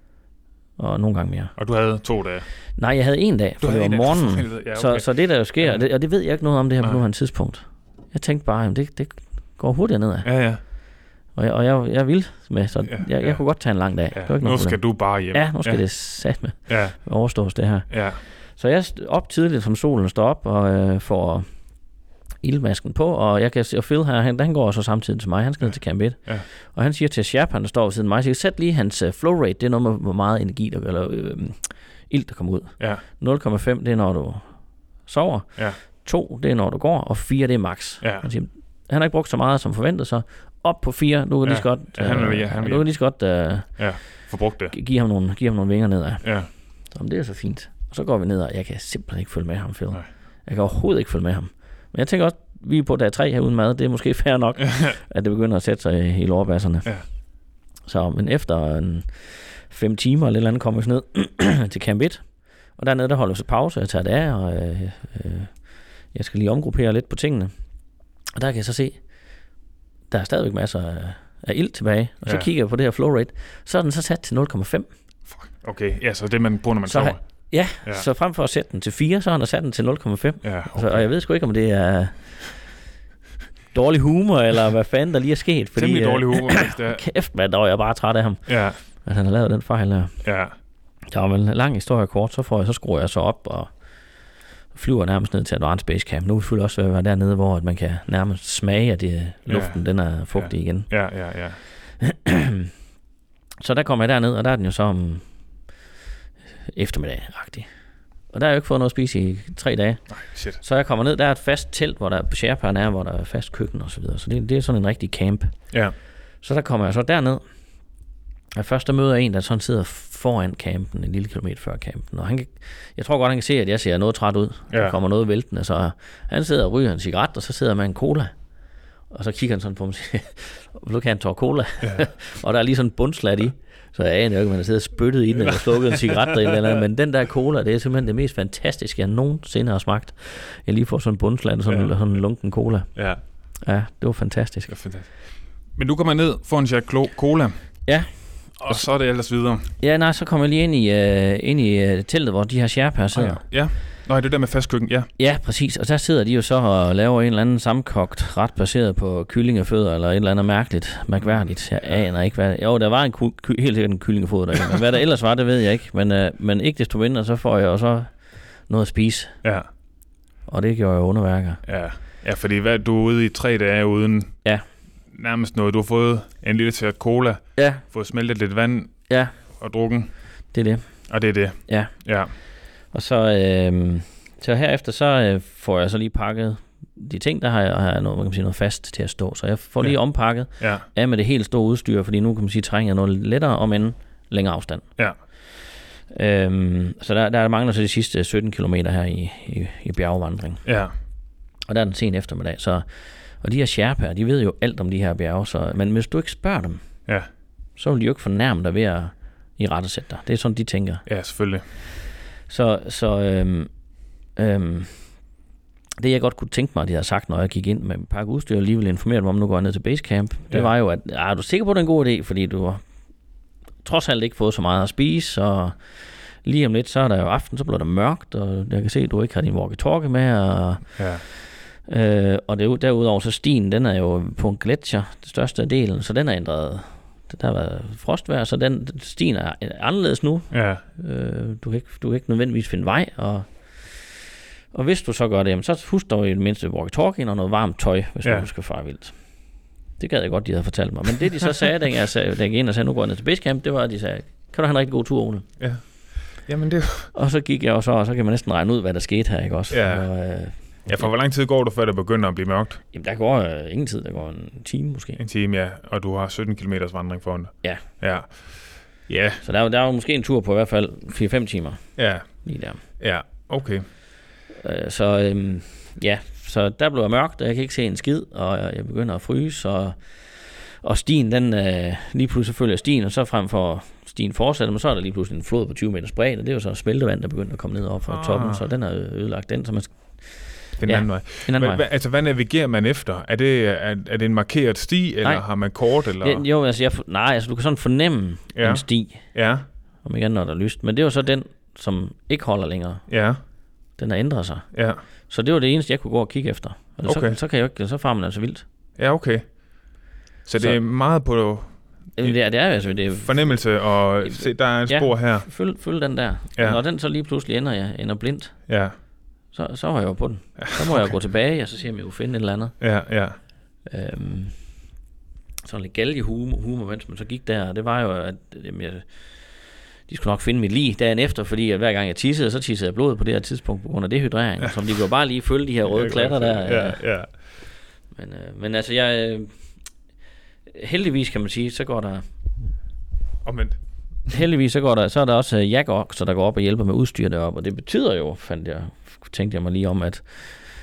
Og nogle gange mere. Og du havde to dage? Nej, jeg havde en dag, for det var morgenen. Ja, okay. så, så det der jo sker, ja. det, og det ved jeg ikke noget om det her Nej. på nuværende tidspunkt. Jeg tænkte bare, at det, det går hurtigt nedad. Ja, ja. Og jeg, og jeg, jeg er vild med, så ja, jeg, jeg ja. kunne godt tage en lang dag. Ja. Det var ikke nu noget skal problem. du bare hjem. Ja, nu skal ja. det satme ja. overstås det her. Ja. Så jeg op tidligt, som solen står op, og øh, får ildmasken på, og jeg kan se, og Phil her, han, han går så samtidig til mig, han skal ja. ned til camp et, ja. og han siger til Sherp, han der står ved siden af mig, siger, sæt lige hans uh, flow rate, det er noget med, hvor meget energi, der, eller øh, ild, der kommer ud. Ja. nul komma fem, det er, når du sover. Ja. to, det er, når du går, og fire, det er max. Ja. Han siger, han har ikke brugt så meget som forventet, så op på fire, nu kan ja. lige så godt, ja, han vil, ja, han vil. du kan lige så godt uh, ja. forbrugt det. Give ham nogle, give ham nogle vinger nedad. Ja. Så det er så fint. Og så går vi ned, og jeg kan simpelthen ikke følge med ham, Phil. Nej. Jeg kan overhovedet ikke følge med ham. Men jeg tænker også, vi er på dag tre her uden mad, det er måske fair nok, at det begynder at sætte sig i lårbasserne. Ja. Så, men efter en fem timer eller et eller andet, kommer vi ned til camp et, og dernede, der holder vi så pause, jeg tager det af, og øh, øh, jeg skal lige omgruppere lidt på tingene. Og der kan jeg så se, der er stadigvæk masser af, af ild tilbage, og så ja. kigger jeg på det her flow rate, så er den så sat til nul komma fem. Okay, ja, så det man bruger, når man så sover. Ha- Ja, ja, så frem for at sætte den til fire, så har han sat den til nul komma fem. Ja, okay. Så, og jeg ved sgu ikke, om det er dårlig humor, eller hvad fanden der lige er sket. Fordi, Temmelig dårlig humor. Øh, kæft, mand, der var jeg bare træt af ham. Ja. at han har lavet den fejl der. Ja. Der var vel en lang historie kort, så, får jeg, så skruer jeg så op og flyver nærmest ned til Advanced Base Camp. Nu er vi selvfølgelig også være dernede, hvor at man kan nærmest smage, at det, luften ja. den er fugtig ja. igen. Ja, ja, ja. Så der kommer jeg derned, og der er den jo så om eftermiddag-agtig. Og der har jeg jo ikke fået noget at spise i tre dage. Nej, shit. Så jeg kommer ned, der er et fast telt, hvor der er Sherpaen er, hvor der er fast køkken og så videre. Så det, det er sådan en rigtig camp. Ja. Så der kommer jeg så derned. Og først der møder jeg en, der sådan sidder foran campen, en lille kilometer før campen. Og han kan, jeg tror godt, han kan se, at jeg ser noget træt ud. Ja. Der kommer noget væltende. Så han sidder og ryger en cigaret, og så sidder med en cola. Og så kigger han sådan på mig og siger, nu kan han tåre cola. Ja. Og der er lige sådan en bundslat i. Så jeg aner jo ikke, at man har siddet og spyttet i den, eller slukket en cigaret eller eller andet. Men den der cola, det er simpelthen det mest fantastiske, jeg nogensinde har smagt. Jeg lige får sådan en bundslat og sådan, ja. sådan en lunken cola. Ja. Ja, det var fantastisk. Det var fantastisk. Men du kommer ned, får en chat cola. Ja. Og så er det ellers videre. Ja, nej, så kommer jeg lige ind i, uh, ind i uh, teltet, hvor de her Sherpaer sidder. Oh, ja. ja. Nej, det der med fastkøkken, ja. Ja, præcis. Og der sidder de jo så og laver en eller anden sammenkogt ret baseret på kyllingefødder, eller et eller andet mærkeligt, mærkværdigt. Jeg aner ikke, hvad... Jo, der var en ku- ky- helt sikkert en kyllingefod derinde, men hvad der ellers var, det ved jeg ikke. Men, uh, men ikke desto mindre, så får jeg jo så noget at spise. Ja. Og det gjorde jeg underværker. Ja, ja, fordi hvad, du er ude i tre dage uden... Ja. Nærmest noget. Du har fået en lille tæt cola. Ja. Fået smeltet lidt vand. Ja. Og drukken. Det er det. Og det er det. Ja. Ja. Og så, øh, så herefter, så øh, får jeg så lige pakket de ting, der har jeg, har jeg noget, man kan sige, noget fast til at stå. Så jeg får lige ja. ompakket ja. af med det helt store udstyr, fordi nu kan man sige, trænger noget lettere om en længere afstand. Ja. Øhm, så der, der mangler så de sidste sytten kilometer her i, i, i bjergvandring. Ja. Og der er den sen eftermiddag, så... Og de her Sherpaer, de ved jo alt om de her bjerge, så, men hvis du ikke spørger dem, ja. så vil de jo ikke fornærme dig ved at i rettesætte dig. Det er sådan, de tænker. Ja, selvfølgelig. Så, så øhm, øhm, det jeg godt kunne tænke mig, at de havde sagt, når jeg gik ind med en pakke udstyr, og lige ville informere dem om, nu går jeg ned til Basecamp, det ja. var jo, at er du sikker på, at det er en god idé, fordi du har trods alt ikke fået så meget at spise, og lige om lidt, så er der jo aften, så bliver der mørkt, og jeg kan se, at du ikke har din walkie-talkie med, og... Ja. Øh, og det, derudover så stien, den er jo på en gletsjer, det største af delen, så den er ændret. Der har været frostvejr, så den stien er anderledes nu. Ja. Øh, du, kan ikke, du kan ikke nødvendigvis finde vej, og, og hvis du så gør det, så husk dog i det mindste walkie-talkie og noget varmt tøj, hvis ja. du skal fare vildt. Det gad jeg godt, de havde fortalt mig. Men det de så sagde, da jeg, sagde, da jeg gik ind og sagde, nu går jeg ned til Basecamp, det var, at de sagde, kan du have en rigtig god tur, Ole? Ja. Jamen det... Og så gik jeg og så, og så kan man næsten regne ud, hvad der skete her, ikke også? Ja. Og, øh, Ja, for hvor lang tid går du, før det begynder at blive mørkt? Jamen, der går øh, ingen tid. Der går en time måske. En time, ja. Og du har sytten kilometers vandring foran dig. Ja. Ja. Ja. Så der, der er jo måske en tur på i hvert fald fire fem timer. Ja. Lige der. Ja, okay. Øh, så øhm, ja, så der blev jeg mørkt, og jeg kan ikke se en skid, og jeg, jeg begynder at fryse, og, og stien, den øh, lige pludselig følger stien, og så frem for stien fortsætter, men så er der lige pludselig en flod på tyve meters bredde, og det er jo så smeltevand, der begynder at komme ned over fra ah. toppen, så den er ødelagt den, så man Den anden vej. Den anden Hva, vej. Altså, hvad navigerer man efter? Er det, er, er det en markeret sti, eller nej. har man kort? Eller? Ja, jo, altså, jeg, nej, altså, du kan sådan fornemme ja. en sti, ja. om igen, når der er lyst. Men det er jo så den, som ikke holder længere. Ja. Den har ændret sig. Ja. Så det var det eneste, jeg kunne gå og kigge efter. Altså, okay. så, så kan jeg jo ikke, så farer man altså vildt. Ja, okay. Så, så det er meget på... Det er, det er altså det er, fornemmelse, og se, der er et spor ja, her. Følg, følg den der. Ja. Når den så lige pludselig ender, jeg ender blindt. Ja. Så, så var jeg jo på den. Så må okay. jeg gå tilbage, og så se, om jeg kunne finde et eller andet. Ja, ja. Øhm, sådan lidt galge humor, humor, mens man så gik der, og det var jo, at jamen, jeg, de skulle nok finde mit lig dagen efter, fordi at hver gang jeg tissede, så tissede jeg blod på det her tidspunkt, på grund af dehydrering, ja. som de kunne bare lige følge de her røde klatter der. Ja, ja. Men, øh, men altså, jeg... Øh, heldigvis kan man sige, så går der... Omvendt. Heldigvis så går der, så er der også jackokser, der går op og hjælper med udstyr deroppe, og det betyder jo, fandt jeg, tænkte jeg mig lige om, at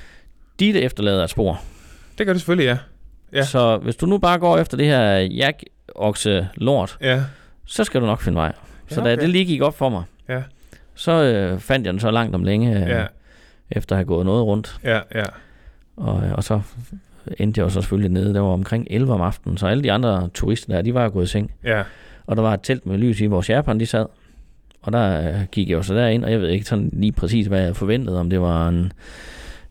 de der efterlader et spor. Det gør det selvfølgelig, ja. ja. Så hvis du nu bare går efter det her jackokse lort, ja. så skal du nok finde vej. Så ja, okay. da det lige gik op for mig, ja. så øh, fandt jeg den så langt om længe, øh, ja. efter at have gået noget rundt. Ja, ja. Og, og så endte jeg jo så selvfølgelig nede, der var omkring elleve om aftenen, så alle de andre turister der, de var jo gået i seng. Ja. Og der var et telt med lys i, hvor Sherpaen de sad. Og der gik jeg jo så derind, og jeg ved ikke sådan lige præcis, hvad jeg forventede, om det var en,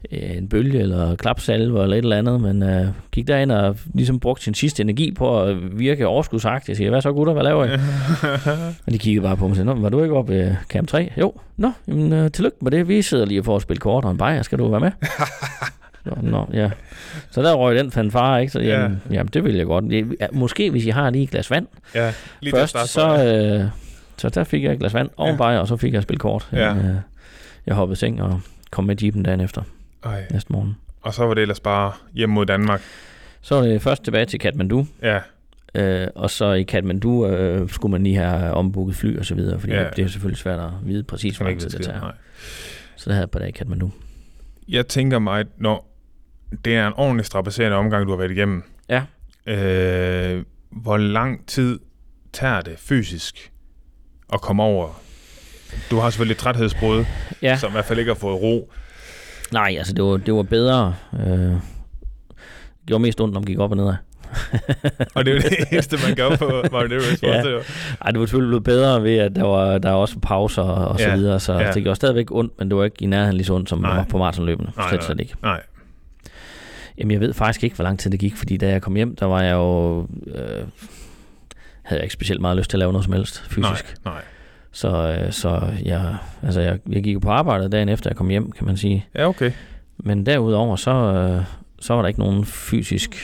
en bølge eller klapsalve eller et eller andet, men øh, gik derind og ligesom brugte sin sidste energi på at virke overskudsagtig. Jeg siger, hvad så gutter, hvad laver I? Og de kiggede bare på mig og sagde, nå, var du ikke oppe ved Camp tre? Jo, nå, jamen, øh, tillykke med det. Vi sidder lige for at spille kort og en bajer. Skal du være med? Nå, nå, ja. Så der røg den fanfare, ikke? Så jamen, ja. jamen, det vil jeg godt. Jeg, måske hvis I har lige et glas vand. Ja, lige først, så, øh, så der fik jeg et glas vand og en ja. bajer, og så fik jeg spillet kort. Ja. Jeg, øh, jeg hoppede i seng og kom med jeepen dagen efter. Ej. Næste morgen. Og så var det ellers bare hjem mod Danmark. Så var det først tilbage til Kathmandu. Ja. Øh, og så i Kathmandu øh, skulle man lige have ombooket fly og så videre, fordi ja. det er selvfølgelig svært at vide præcis, hvor lang tid det tager. Så det havde jeg på dag i Kathmandu. Jeg tænker mig, når det er en ordentlig strapasserende omgang, du har været igennem. Ja. Øh, hvor lang tid tager det fysisk at komme over? Du har selvfølgelig et træthedsbrud, ja. som i hvert fald ikke har fået ro. Nej, altså det var, det var bedre. Øh, det gjorde mest ondt, når man gik op og ned af. Og det er jo det eneste, man gør på, var det det, du ja. Ej, det var selvfølgelig blevet bedre ved, at der var, der var også pauser og, og ja. så videre, så ja. det gjorde stadigvæk ondt, men det var ikke i nærheden lige så ondt, som var på maratonløbene. Slet, slet ikke. Nej. Jamen, jeg ved faktisk ikke, hvor lang tid det gik, fordi da jeg kom hjem, der var jeg jo... Øh, havde jeg ikke specielt meget lyst til at lave noget som helst fysisk. Nej, nej. Så, øh, så jeg, altså jeg, jeg gik jo på arbejde dagen efter, jeg kom hjem, kan man sige. Ja, okay. Men derudover, så, øh, så var der ikke nogen fysisk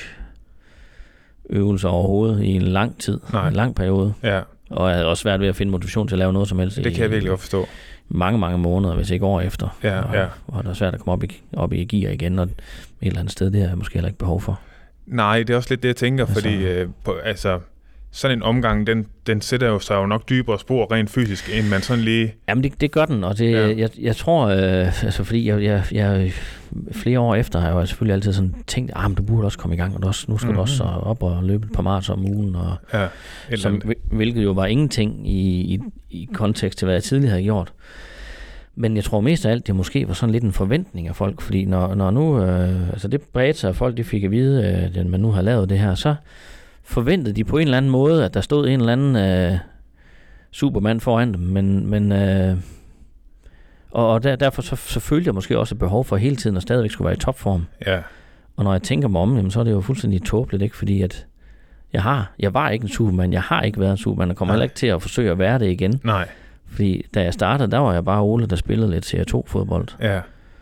øvelse overhovedet i en lang tid, nej. en lang periode. Ja. Og jeg havde også svært ved at finde motivation til at lave noget som helst. Det kan i, jeg virkelig godt forstå. Mange, mange måneder, hvis ikke år efter. Ja, og, ja. og der er svært at komme op i, op i gear igen, og et eller andet sted, det har jeg måske heller ikke behov for. Nej, det er også lidt det, jeg tænker, altså, fordi øh, på, altså, sådan en omgang, den, den sætter jo sig jo nok dybere spor rent fysisk, end man sådan lige... Jamen, det, det gør den, og det, ja. jeg, jeg tror, øh, altså fordi jeg, jeg, jeg flere år efter har jeg jo selvfølgelig altid sådan tænkt, ah, men du burde også komme i gang, og du også, nu skal mm-hmm. du også op og løbe et par maraton om ugen, og, ja, som, hvilket jo var ingenting i, i, i kontekst til, hvad jeg tidligere havde gjort. Men jeg tror mest af alt, det måske var sådan lidt en forventning af folk, fordi når, når nu, øh, altså det bredte sig, at folk de fik at vide, øh, at man nu har lavet det her, så forventede de på en eller anden måde, at der stod en eller anden øh, supermand foran dem, men, men øh, og, og der, derfor så, så følte jeg måske også et behov for hele tiden at stadigvæk skulle være i topform. Ja. Og når jeg tænker mig om, jamen, så er det jo fuldstændig tåbeligt, ikke? Fordi at jeg har, jeg var ikke en supermand, jeg har ikke været en supermand, og kommer heller ikke til at forsøge at være det igen. Nej. Fordi da jeg startede, der var jeg bare Ole, der spillede lidt C R to fodbold. Ja.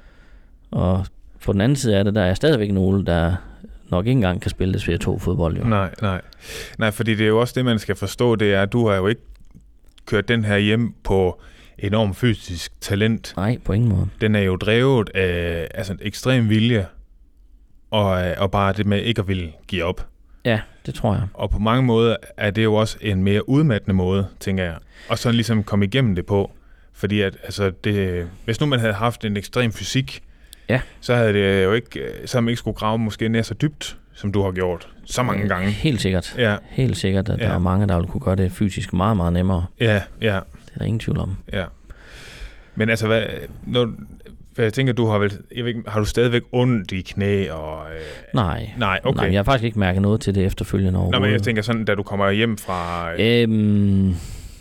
Og på den anden side af det, der er jeg stadigvæk en Ole, der nok ikke engang kan spille det C R to fodbold. Jo. Nej, nej. Nej, fordi det er jo også det, man skal forstå, det er, at du har jo ikke kørt den her hjem på enormt fysisk talent. Nej, på ingen måde. Den er jo drevet af altså, ekstrem vilje, og, og bare det med ikke at ville give op. Ja, det tror jeg. Og på mange måder er det jo også en mere udmattende måde, tænker jeg. Og sådan ligesom komme igennem det på. Fordi at, altså, det, hvis nu man havde haft en ekstrem fysik, ja. så havde det jo ikke, så havde man ikke skulle grave måske nær så dybt, som du har gjort så mange gange. Helt sikkert. Ja. Helt sikkert, at ja. der er mange, der vil kunne gøre det fysisk meget, meget nemmere. Ja, ja. Det er der ingen tvivl om. Ja. Men altså, hvad, når, hvad jeg tænker, du har vel, jeg ved, har du stadigvæk ondt i knæ og... Øh, nej. Nej, okay. Nej, jeg har faktisk ikke mærket noget til det efterfølgende overhovedet. Nå, men jeg tænker sådan, da du kommer hjem fra... Øh, øhm,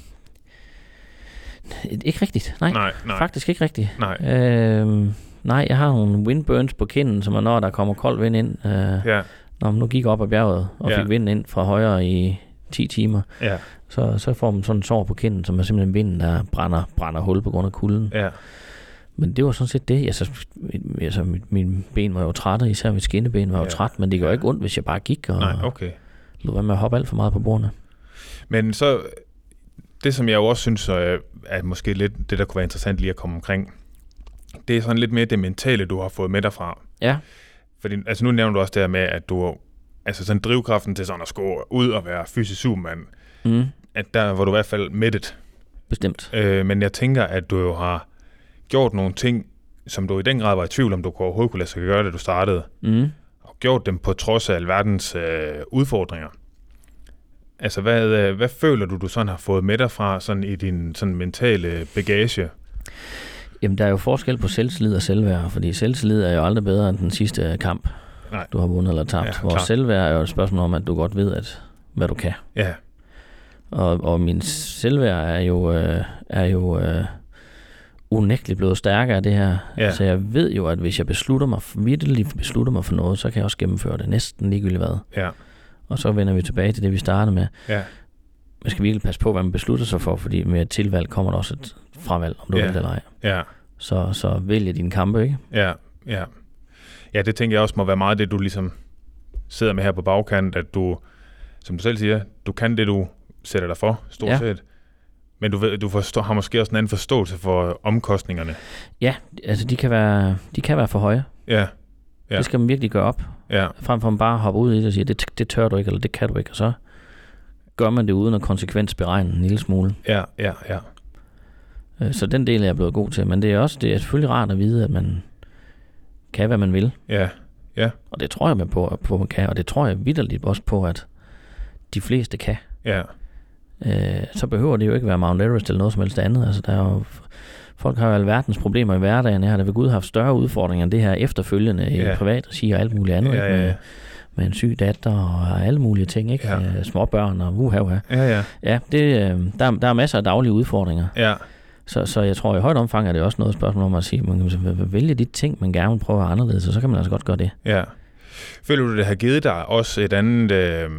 ikke rigtigt, nej. Nej, nej. Faktisk ikke rigtigt. Nej. Øhm, nej, jeg har nogle windburns på kinden, som er når der kommer kold vind ind. Øh, ja. Når man nu gik op ad bjerget og ja. fik vind ind fra højre i ti timer, ja. så, så får man sådan en sår på kinden, som er simpelthen vinden, der brænder, brænder hul på grund af kulden. Ja. Men det var sådan set det. Altså, altså mine ben var jo trætte, især mit skinneben var jo ja. træt, men det gør ikke ondt, hvis jeg bare gik og nej, okay. lod være med at hoppe alt for meget på bordene. Men så, det som jeg jo også synes, er måske lidt det, der kunne være interessant lige at komme omkring, det er sådan lidt mere det mentale, du har fået med derfra. Ja. Fordi, altså nu nævner du også det her med, at du, altså sådan drivkraften til sådan at gå ud og være fysisk supermand, mm. at der var du i hvert fald mættet. Bestemt. Øh, men jeg tænker, at du jo har gjort nogle ting, som du i den grad var i tvivl om, du overhovedet kunne lade sig gøre, da du startede. Mm. Og gjort dem på trods af alverdens øh, udfordringer. Altså, hvad, øh, hvad føler du, du sådan har fået med dig fra sådan i din sådan mentale bagage? Jamen, der er jo forskel på selvtillid og selvværd, fordi selvtillid er jo aldrig bedre end den sidste kamp, nej. Du har vundet eller tabt. Ja, hvor selvværd er jo et spørgsmål om, at du godt ved, at, hvad du kan. Ja. Og, og min selvværd er jo, øh, er jo øh, unægteligt blevet stærkere af det her. Ja. Så jeg ved jo, at hvis jeg beslutter mig, virkelig beslutter mig for noget, så kan jeg også gennemføre det næsten ligegyldigt hvad. Ja. Og så vender vi tilbage til det, vi startede med. Ja. Man skal virkelig passe på, hvad man beslutter sig for, fordi med et tilvalg kommer der også et fravalg, om du ja. vil det eller ej. Ja. Så, så vælge dine kampe, ikke? Ja, ja. Ja, det tænker jeg også må være meget det, du ligesom sidder med her på bagkant, at du, som du selv siger, du kan det, du sætter dig for, stort ja. set. Men du, ved, du forstår, har måske også en anden forståelse for omkostningerne. Ja, altså de kan være, de kan være for høje. Ja. Ja. Det skal man virkelig gøre op. Ja. Frem for at man bare hoppe ud i det og sige, det, det tør du ikke, eller det kan du ikke, og så gør man det uden at konsekvensberegne en lille smule. Ja, ja, ja. Så den del er jeg blevet god til, men det er også det er selvfølgelig rart at vide, at man kan, hvad man vil. Ja, ja. Og det tror jeg på, at man kan, og det tror jeg vitterligt også på, at de fleste kan. Ja. Øh, så behøver det jo ikke være Mount Everest eller noget som helst andet. Altså, der er jo, folk har jo alverdens problemer i hverdagen. Jeg har da ved Gud haft større udfordringer end det her efterfølgende ja. i privat regi og alt muligt andet. Ja, ja, ja. Med, med en syg datter og alle mulige ting, ikke? Ja. Småbørn og uha, uha. Ja, ja. Ja, det, der, der er masser af daglige udfordringer. Ja. Så, så jeg tror, i højt omfang er det også noget spørgsmål om at sige, man kan vælge de ting, man gerne vil prøve at anderledes, og så kan man altså godt gøre det. Ja. Føler du, det har givet dig også et andet, øh,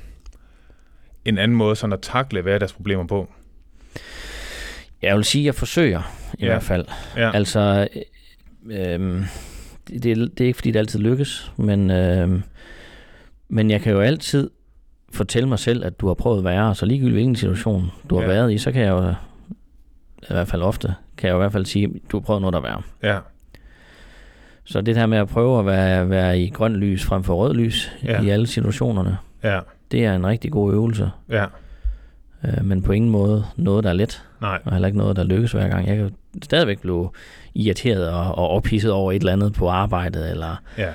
en anden måde sådan at takle hverdagsproblemer på? Jeg vil sige, at jeg forsøger i ja. hvert fald. Ja. Altså, øh, det, det er ikke fordi, det altid lykkes, men, øh, men jeg kan jo altid fortælle mig selv, at du har prøvet værre, så ligegyldigt hvilken situation du har ja. været i, så kan jeg jo i hvert fald ofte, kan jeg jo i hvert fald sige, at du har prøvet noget, der er værre. Ja. Så det her med at prøve at være, være i grønt lys frem for rød lys ja. i alle situationerne, ja. det er en rigtig god øvelse. Ja. Øh, men på ingen måde noget, der er let. Nej. Og heller ikke noget, der lykkes hver gang. Jeg kan stadigvæk blive irriteret og, og ophidset over et eller andet på arbejdet, eller ja.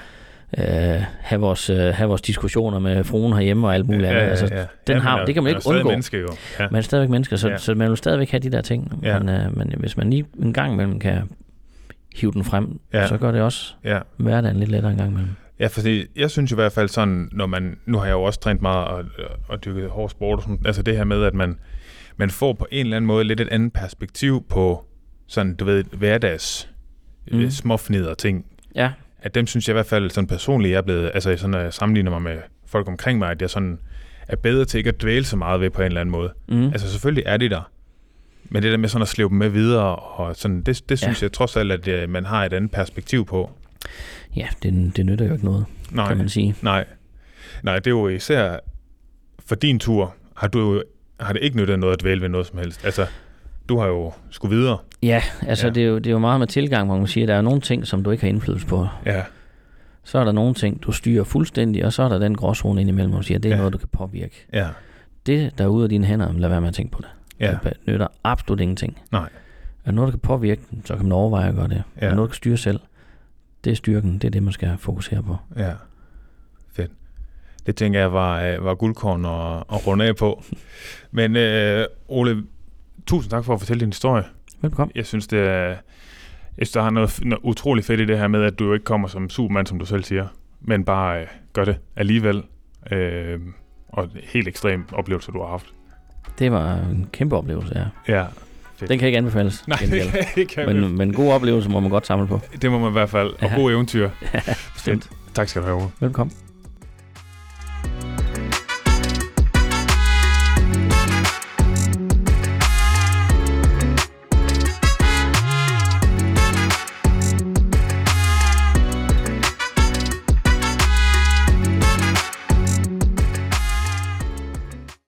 øh, have, vores, øh, have vores diskussioner med fruen herhjemme og alt muligt ja, andet. Altså, ja, ja. Den ja, har, er, det kan man ikke undgå. Menneske, jo. Ja. Man er stadigvæk mennesker, så, ja. så man vil stadigvæk have de der ting. Ja. Men, øh, men hvis man lige en gang imellem kan hive den frem, ja. så gør det også ja. hverdagen lidt lettere en gang imellem. Ja, fordi jeg synes i hvert fald sådan, når man, nu har jeg jo også trænet meget og, og dykket hård sport og sådan, altså det her med, at man, man får på en eller anden måde lidt et andet perspektiv på sådan, du ved, hverdags mm. småfnider ting. Ja. At dem synes jeg i hvert fald sådan personligt, jeg er blevet, altså sådan, at jeg sammenligner mig med folk omkring mig, at jeg sådan er bedre til ikke at dvæle så meget ved på en eller anden måde. Mm. Altså selvfølgelig er de der, men det der med sådan at slæve dem med videre, og sådan, det, det synes ja. jeg trods alt, at man har et andet perspektiv på. Ja, det, det nytter jo ikke noget, nej, kan man sige. Nej, nej, det er jo især for din tur, har du har det ikke nyttet noget at dvæle ved noget som helst. Altså, du har jo skulle videre. Ja, altså ja. Det, er jo, det er jo meget med tilgang, hvor man siger, at der er nogle ting, som du ikke har indflydelse på. Ja. Så er der nogle ting, du styrer fuldstændig, og så er der den gråzone indimellem, hvor du siger, at det er ja. noget, du kan påvirke. Ja. Det, der er ude af dine hænder, lad være med at tænke på det. Ja. Det nytter absolut ingenting. Nej. Er noget, der kan påvirke, så kan man overveje at gøre det. Ja. Er noget, du kan styre selv, det er styrken, det er det, man skal fokusere på. Ja, fedt. Det tænker jeg var, var guldkorn at, at runde af på. Men øh, Ole, tusind tak for at fortælle din historie. Velkommen. Jeg synes, det er, jeg synes, der er noget, noget utroligt fedt i det her med, at du jo ikke kommer som Superman, som du selv siger, men bare øh, gør det alligevel. Øh, og helt ekstrem oplevelse, du har haft. Det var en kæmpe oplevelse, ja. Ja. Fedt. Den kan ikke anbefales. Nej, det kan men, men god oplevelse må man godt samle på. Det må man i hvert fald. Og ja. God eventyr. Ja, bestemt. Tak skal du have. Velkommen.